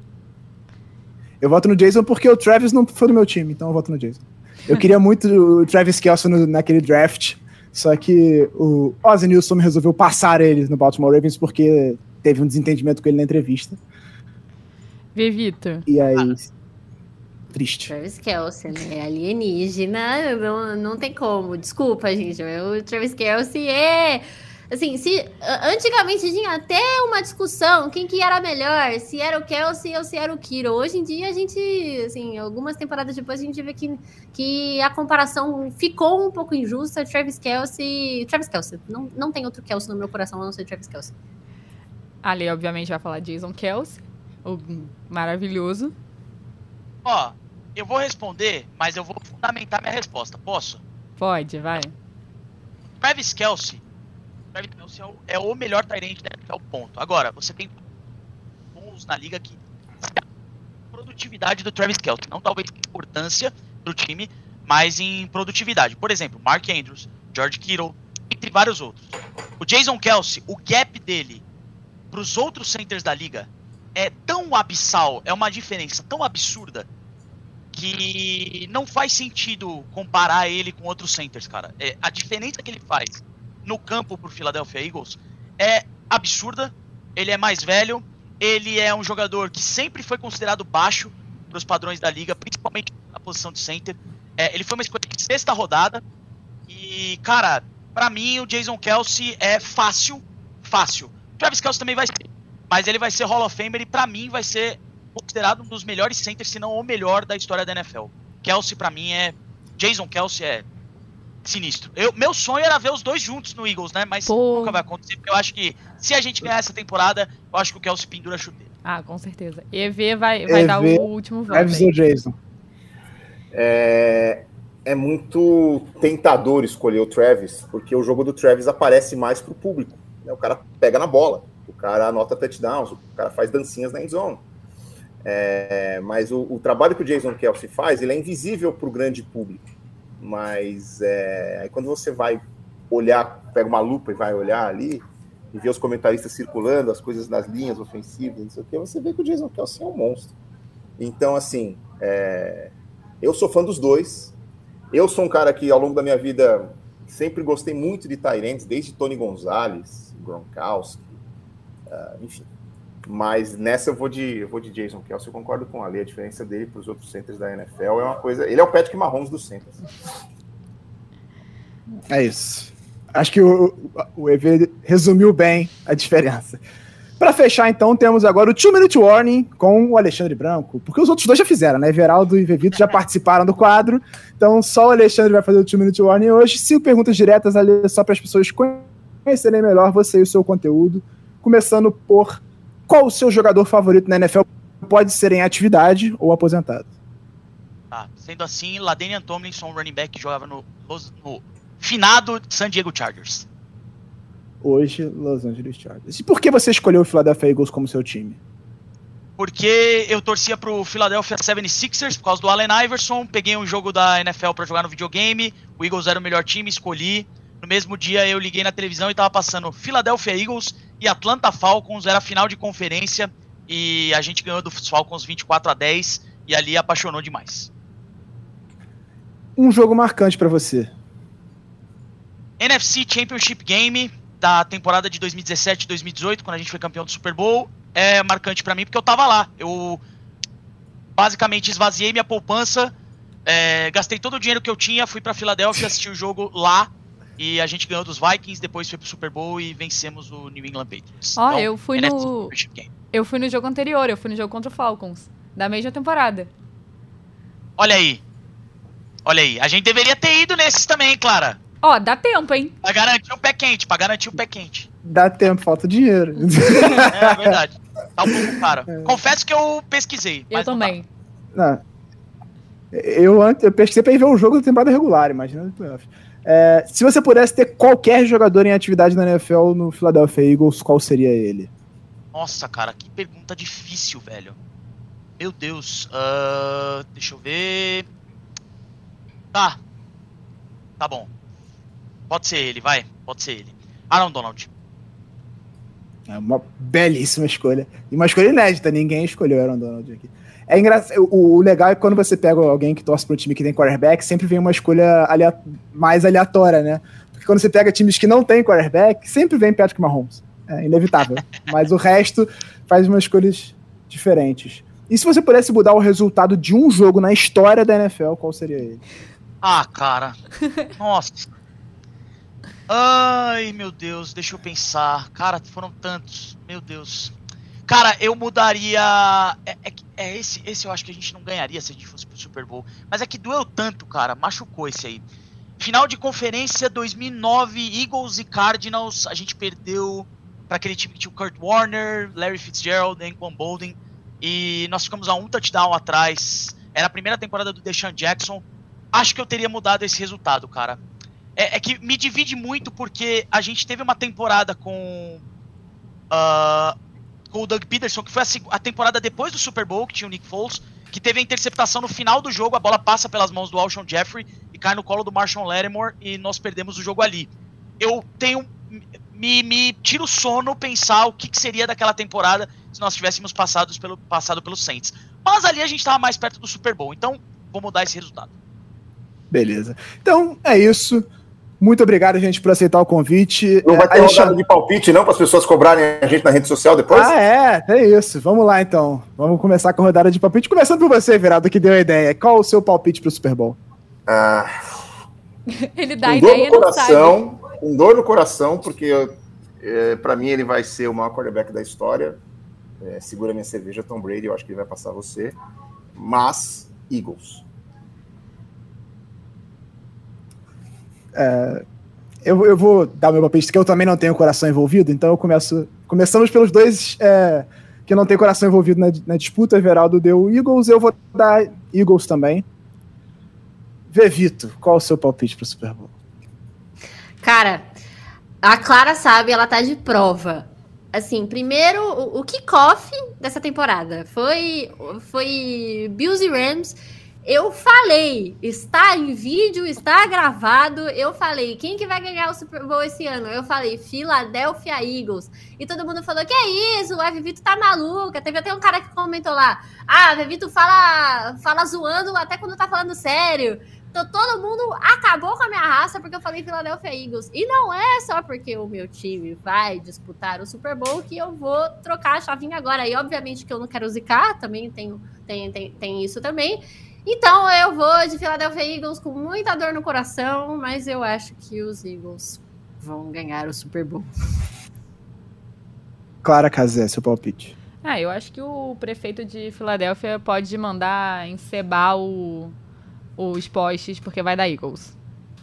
Eu voto no Jason porque o Travis não foi do meu time, então eu voto no Jason. Eu queria muito o Travis Kelce no, naquele draft, só que o Ozzie Newsome resolveu passar ele no Baltimore Ravens porque teve um desentendimento com ele na entrevista. Vê, Vitor. E aí... Triste. Travis Kelce, né? Alienígena, não, não tem como. Desculpa, gente. O Travis Kelce é... Assim, se antigamente tinha até uma discussão quem que era melhor, se era o Kelce ou se era o Kittle. Hoje em dia a gente, assim, algumas temporadas depois a gente vê que, que a comparação ficou um pouco injusta. Travis Kelce, Travis Kelce, não, não tem outro Kelce no meu coração a não ser Travis Kelce. Ali, obviamente, vai falar Jason Kelce, o maravilhoso. Ó, eu vou responder, mas eu vou fundamentar minha resposta, posso? Pode, vai. Travis Kelce Travis Kelce é o, é o melhor tight end, né? É o ponto. Agora, você tem bons na liga que a produtividade do Travis Kelce, não talvez em importância do time, mas em produtividade. Por exemplo, Mark Andrews, George Kittle, entre vários outros. O Jason Kelce, o gap dele para os outros centers da liga é tão abissal, é uma diferença tão absurda que não faz sentido comparar ele com outros centers, cara. É, a diferença que ele faz no campo pro Philadelphia Eagles é absurda. Ele é mais velho, ele é um jogador que sempre foi considerado baixo para os padrões da liga, principalmente na posição de center. É, ele foi uma escolha de sexta rodada e, cara, para mim o Jason Kelce é fácil, fácil. O Travis Kelce também vai ser, mas ele vai ser Hall of Famer e para mim vai ser considerado um dos melhores centers, se não o melhor da história da N F L. Kelce para mim é... Jason Kelce é sinistro. Eu, meu sonho era ver os dois juntos no Eagles, né? Mas Pô. nunca vai acontecer, porque eu acho que se a gente ganhar essa temporada, eu acho que o Kelce pendura a chuteira. Ah, com certeza. E V vai, vai E V, dar o último voto. Travis ou Jason? É, é muito tentador escolher o Travis, porque o jogo do Travis aparece mais pro público. Né? O cara pega na bola, o cara anota touchdowns, o cara faz dancinhas na endzone. É, mas o, o trabalho que o Jason Kelce faz, ele é invisível pro grande público. Mas é, aí quando você vai olhar, pega uma lupa e vai olhar ali, e vê os comentaristas circulando, as coisas nas linhas ofensivas, não sei o que, você vê que o Jason Kelce é um monstro. Então, assim, é, eu sou fã dos dois. Eu sou um cara que, ao longo da minha vida, sempre gostei muito de tight ends, desde Tony Gonzalez, Gronkowski, uh, enfim. Mas nessa eu vou de, eu vou de Jason Kelce. Eu concordo com a Ale. A diferença dele para os outros centers da N F L é uma coisa... Ele é o Patrick Mahomes dos centers. É isso. Acho que o, o E V resumiu bem a diferença. Para fechar, então, temos agora o Two Minute Warning com o Alexandre Branco, porque os outros dois já fizeram, né? Everaldo e Vevito já participaram do quadro, então só o Alexandre vai fazer o Two Minute Warning hoje. Cinco perguntas diretas ali só para as pessoas conhecerem melhor você e o seu conteúdo. Começando por qual o seu jogador favorito na N F L, pode ser em atividade ou aposentado? Tá, sendo assim, LaDainian Tomlinson, running back, que jogava no, no finado San Diego Chargers. Hoje, Los Angeles Chargers. E por que você escolheu o Philadelphia Eagles como seu time? Porque eu torcia pro Philadelphia setenta e seis ers por causa do Allen Iverson, peguei um jogo da N F L pra jogar no videogame, o Eagles era o melhor time, escolhi. No mesmo dia eu liguei na televisão e tava passando Philadelphia Eagles e Atlanta Falcons, era final de conferência, e a gente ganhou dos Falcons vinte e quatro a dez, e ali apaixonou demais. Um jogo marcante pra você? N F C Championship Game da temporada de dois mil e dezessete, dois mil e dezoito, quando a gente foi campeão do Super Bowl, é marcante pra mim porque eu tava lá. Eu basicamente esvaziei minha poupança, é, gastei todo o dinheiro que eu tinha, fui pra Filadélfia, assisti o jogo lá, e a gente ganhou dos Vikings, depois foi pro Super Bowl e vencemos o New England Patriots. Ó, então, eu fui N F C no Championship Game. eu fui no jogo anterior, eu fui no jogo contra o Falcons, da mesma temporada. Olha aí. Olha aí, a gente deveria ter ido nesses também, Clara. Ó, dá tempo, hein? Pra garantir o pé quente, pra garantir o pé quente. Dá tempo, falta dinheiro. É verdade. Tá um pouco caro. É. Confesso que eu pesquisei. Eu também. Não, eu, eu pesquisei pra ir ver o jogo da temporada regular, imagina. É, se você pudesse ter qualquer jogador em atividade na N F L no Philadelphia Eagles, qual seria ele? Nossa, cara, que pergunta difícil, velho. Meu Deus. Uh, deixa eu ver. Tá. Tá bom. Pode ser ele, vai. Pode ser ele. Aaron Donald. É uma belíssima escolha. E uma escolha inédita, ninguém escolheu Aaron Donald aqui. É engraçado. O, o legal é que quando você pega alguém que torce para um time que tem quarterback, sempre vem uma escolha aleat- mais aleatória, né? Porque quando você pega times que não tem quarterback, sempre vem Patrick Mahomes. É inevitável. Mas o resto faz umas escolhas diferentes. E se você pudesse mudar o resultado de um jogo na história da N F L, qual seria ele? Ah, cara. Nossa. Ai, meu Deus, deixa eu pensar. Cara, foram tantos. Meu Deus. Cara, eu mudaria... É, é, é esse, esse eu acho que a gente não ganharia se a gente fosse pro Super Bowl. Mas é que doeu tanto, cara. Machucou esse aí. Final de conferência dois mil e nove, Eagles e Cardinals. A gente perdeu pra aquele time que tinha o Kurt Warner, Larry Fitzgerald, Anquan Boldin. E nós ficamos a um touchdown atrás. Era a primeira temporada do Deshaun Jackson. Acho que eu teria mudado esse resultado, cara. É, é que me divide muito porque a gente teve uma temporada com, uh, com o Doug Peterson, que foi a, a temporada depois do Super Bowl, que tinha o Nick Foles, que teve a interceptação no final do jogo, a bola passa pelas mãos do Alshon Jeffrey e cai no colo do Marshawn Lattimore e nós perdemos o jogo ali. Eu tenho... Me, me tira o sono pensar o que, que seria daquela temporada se nós tivéssemos passado pelo, passado pelos Saints. Mas ali a gente estava mais perto do Super Bowl, então vou mudar esse resultado. Beleza. Então, é isso. Muito obrigado, gente, por aceitar o convite. Não vai ter Alexandre... rodada de palpite, não, para as pessoas cobrarem a gente na rede social depois? Ah, é, é isso. Vamos lá, então. Vamos começar com a rodada de palpite. Começando por você, Everaldo, que deu a ideia. Qual o seu palpite para o Super Bowl? Ah, ele dá a dor ideia no e não sabe. Com dor no coração, porque é, para mim ele vai ser o maior quarterback da história. É, segura minha cerveja, Tom Brady, eu acho que ele vai passar você. Mas, Eagles. É, eu, eu vou dar o meu palpite, que eu também não tenho coração envolvido, então eu começo. Começamos pelos dois é, que não tem coração envolvido na, na disputa. Everaldo deu Eagles, eu vou dar Eagles também. Vevito, qual o seu palpite para o Super Bowl? Cara, a Clara sabe, ela tá de prova. Assim, primeiro, o, o kickoff dessa temporada foi, foi Bills e Rams. Eu falei, está em vídeo, está gravado. Eu falei, quem que vai ganhar o Super Bowl esse ano? Eu falei, Philadelphia Eagles. E todo mundo falou, que é isso? A Vevito tá maluca. Teve até um cara que comentou lá, ah, a Vevito fala, fala zoando até quando tá falando sério. Então todo mundo acabou com a minha raça porque eu falei Philadelphia Eagles. E não é só porque o meu time vai disputar o Super Bowl que eu vou trocar a chavinha agora. E obviamente que eu não quero zicar, também tenho, tem, tem, tem isso também. Então eu vou de Philadelphia Eagles com muita dor no coração, mas eu acho que os Eagles vão ganhar o Super Bowl. Clara Cazé, seu palpite. Ah, eu acho que o prefeito de Filadélfia pode mandar encebar o, os postes, porque vai dar Eagles.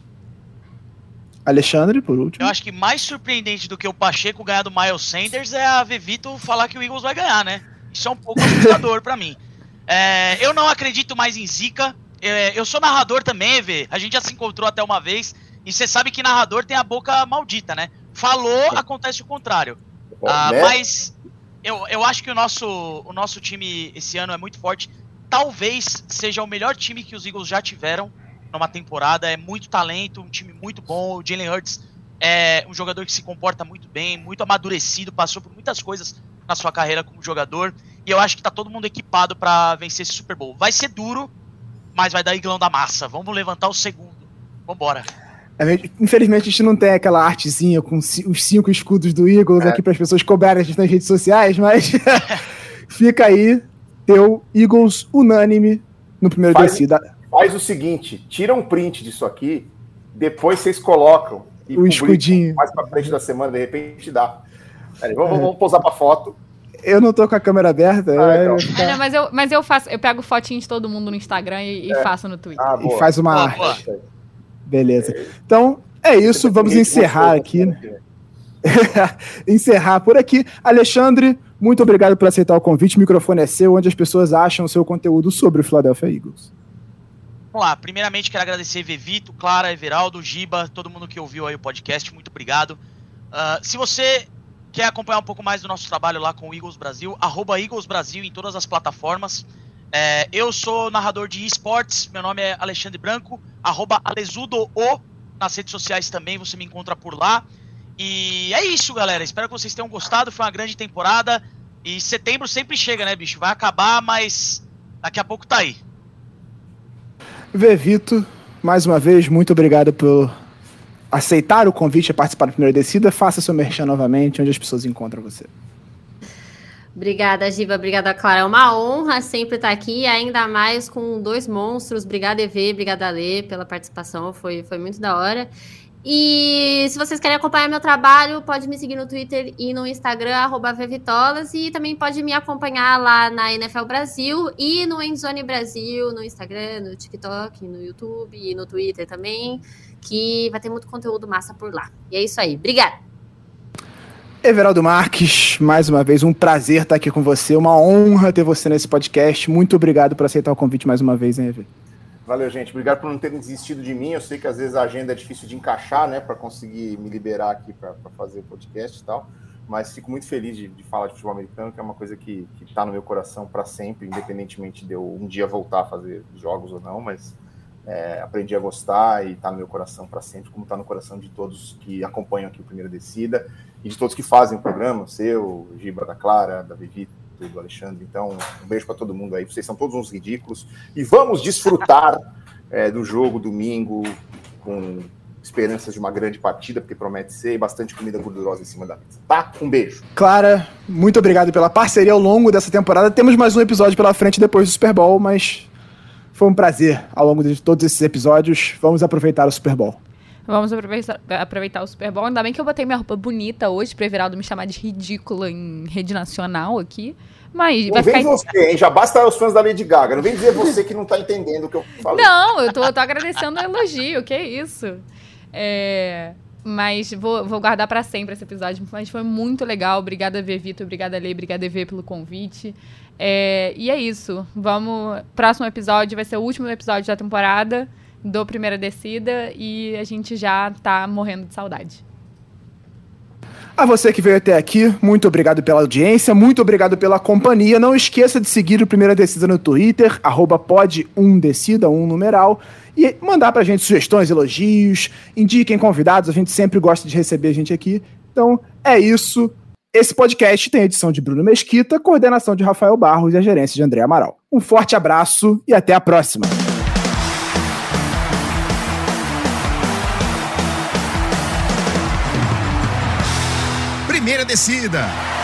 Alexandre, por último. Eu acho que mais surpreendente do que o Pacheco ganhar do Miles Sanders é a Vevito falar que o Eagles vai ganhar, né? Isso é um pouco assustador pra mim. É, eu não acredito mais em zica. É, eu sou narrador também, Vê. A gente já se encontrou até uma vez. E você sabe que narrador tem a boca maldita, né? Falou, acontece o contrário. Bom, ah, né? Mas eu, eu acho que o nosso, o nosso time esse ano é muito forte. Talvez seja o melhor time que os Eagles já tiveram numa temporada. É muito talento, um time muito bom. O Jalen Hurts é um jogador que se comporta muito bem, muito amadurecido, passou por muitas coisas na sua carreira como jogador. E eu acho que tá todo mundo equipado pra vencer esse Super Bowl. Vai ser duro, mas vai dar Iglão da massa. Vamos levantar o segundo. Vambora. Infelizmente a gente não tem aquela artezinha com os cinco escudos do Eagles é. aqui para as pessoas cobrarem a gente nas redes sociais, mas fica aí teu Eagles unânime no primeiro faz, descida. Faz o seguinte, tira um print disso aqui, depois vocês colocam e o escudinho mais para frente da semana, de repente dá. Peraí, vamos, é. vamos pousar para foto. Eu não tô com a câmera aberta. Ah, então. é, não, mas, eu, mas eu faço, eu pego fotinho de todo mundo no Instagram e, é. e faço no Twitter. Ah, e faz uma boa, arte. Boa. Beleza. Então, é isso. Vamos encerrar aqui. Né? Encerrar por aqui. Alexandre, muito obrigado por aceitar o convite. O microfone é seu, onde as pessoas acham o seu conteúdo sobre o Philadelphia Eagles. Vamos lá. Primeiramente, quero agradecer Vevito, Clara, Everaldo, Giba, todo mundo que ouviu aí o podcast. Muito obrigado. Uh, se você quer acompanhar um pouco mais do nosso trabalho lá com o Eagles Brasil, arroba Eagles Brasil em todas as plataformas. É, eu sou narrador de esportes, meu nome é Alexandre Branco, arroba Alesudoo, nas redes sociais também, você me encontra por lá. E é isso, galera, espero que vocês tenham gostado, foi uma grande temporada, e setembro sempre chega, né, bicho? Vai acabar, mas daqui a pouco tá aí. Vevito, mais uma vez, muito obrigado por aceitar o convite a participar da primeira descida. Faça seu merchan novamente, onde as pessoas encontram você. Obrigada, Giba. Obrigada, Clara. É uma honra sempre estar aqui, ainda mais com dois monstros. Obrigada, E V. Obrigada, Lê, pela participação. Foi, foi muito da hora. E se vocês querem acompanhar meu trabalho, pode me seguir no Twitter e no Instagram, arroba Vevitolas. E também pode me acompanhar lá na N F L Brasil e no Endzone Brasil, no Instagram, no TikTok, no YouTube e no Twitter também, que vai ter muito conteúdo massa por lá. E é isso aí. Obrigada. Everaldo Marques, mais uma vez, um prazer estar aqui com você, uma honra ter você nesse podcast. Muito obrigado por aceitar o convite mais uma vez, hein, Ever? Valeu, gente. Obrigado por não terem desistido de mim. Eu sei que às vezes a agenda é difícil de encaixar, né, para conseguir me liberar aqui para fazer o podcast e tal, mas fico muito feliz de, de falar de futebol americano, que é uma coisa que está no meu coração para sempre, independentemente de eu um dia voltar a fazer jogos ou não, mas é, aprendi a gostar e está no meu coração para sempre, como está no coração de todos que acompanham aqui o Primeira Descida e de todos que fazem o programa, o seu, o Giba, da Clara, da Vevito, do Alexandre. Então, um beijo para todo mundo aí. Vocês são todos uns ridículos. E vamos desfrutar é, do jogo domingo com esperanças de uma grande partida, porque promete ser, e bastante comida gordurosa em cima da mesa. Tá? Um beijo. Clara, muito obrigado pela parceria ao longo dessa temporada. Temos mais um episódio pela frente depois do Super Bowl, mas foi um prazer ao longo de todos esses episódios. Vamos aproveitar o Super Bowl. Vamos aproveitar, aproveitar o Super Bowl. Ainda bem que eu botei minha roupa bonita hoje para Everaldo me chamar de ridícula em rede nacional aqui. Mas não vai vem ficar... você, hein? Já basta os fãs da Lady Gaga. Não vem dizer você que não tá entendendo o que eu falei. Não, eu tô, eu tô agradecendo o elogio. Que isso? É... Mas vou, vou guardar para sempre esse episódio. Mas foi muito legal. Obrigada, Vevito. Obrigada, Lê. Obrigada, E V, pelo convite. É... E é isso. Vamos... Próximo episódio vai ser o último episódio da temporada do Primeira Descida e a gente já tá morrendo de saudade. A você que veio até aqui, muito obrigado pela audiência, muito obrigado pela companhia. Não esqueça de seguir o Primeira Descida no Twitter, arroba pod um decida, um numeral, e mandar pra gente sugestões, elogios, indiquem convidados, a gente sempre gosta de receber a gente aqui. Então, é isso. Esse podcast tem edição de Bruno Mesquita, coordenação de Rafael Barros e a gerência de André Amaral. Um forte abraço e até a próxima. primeira descida.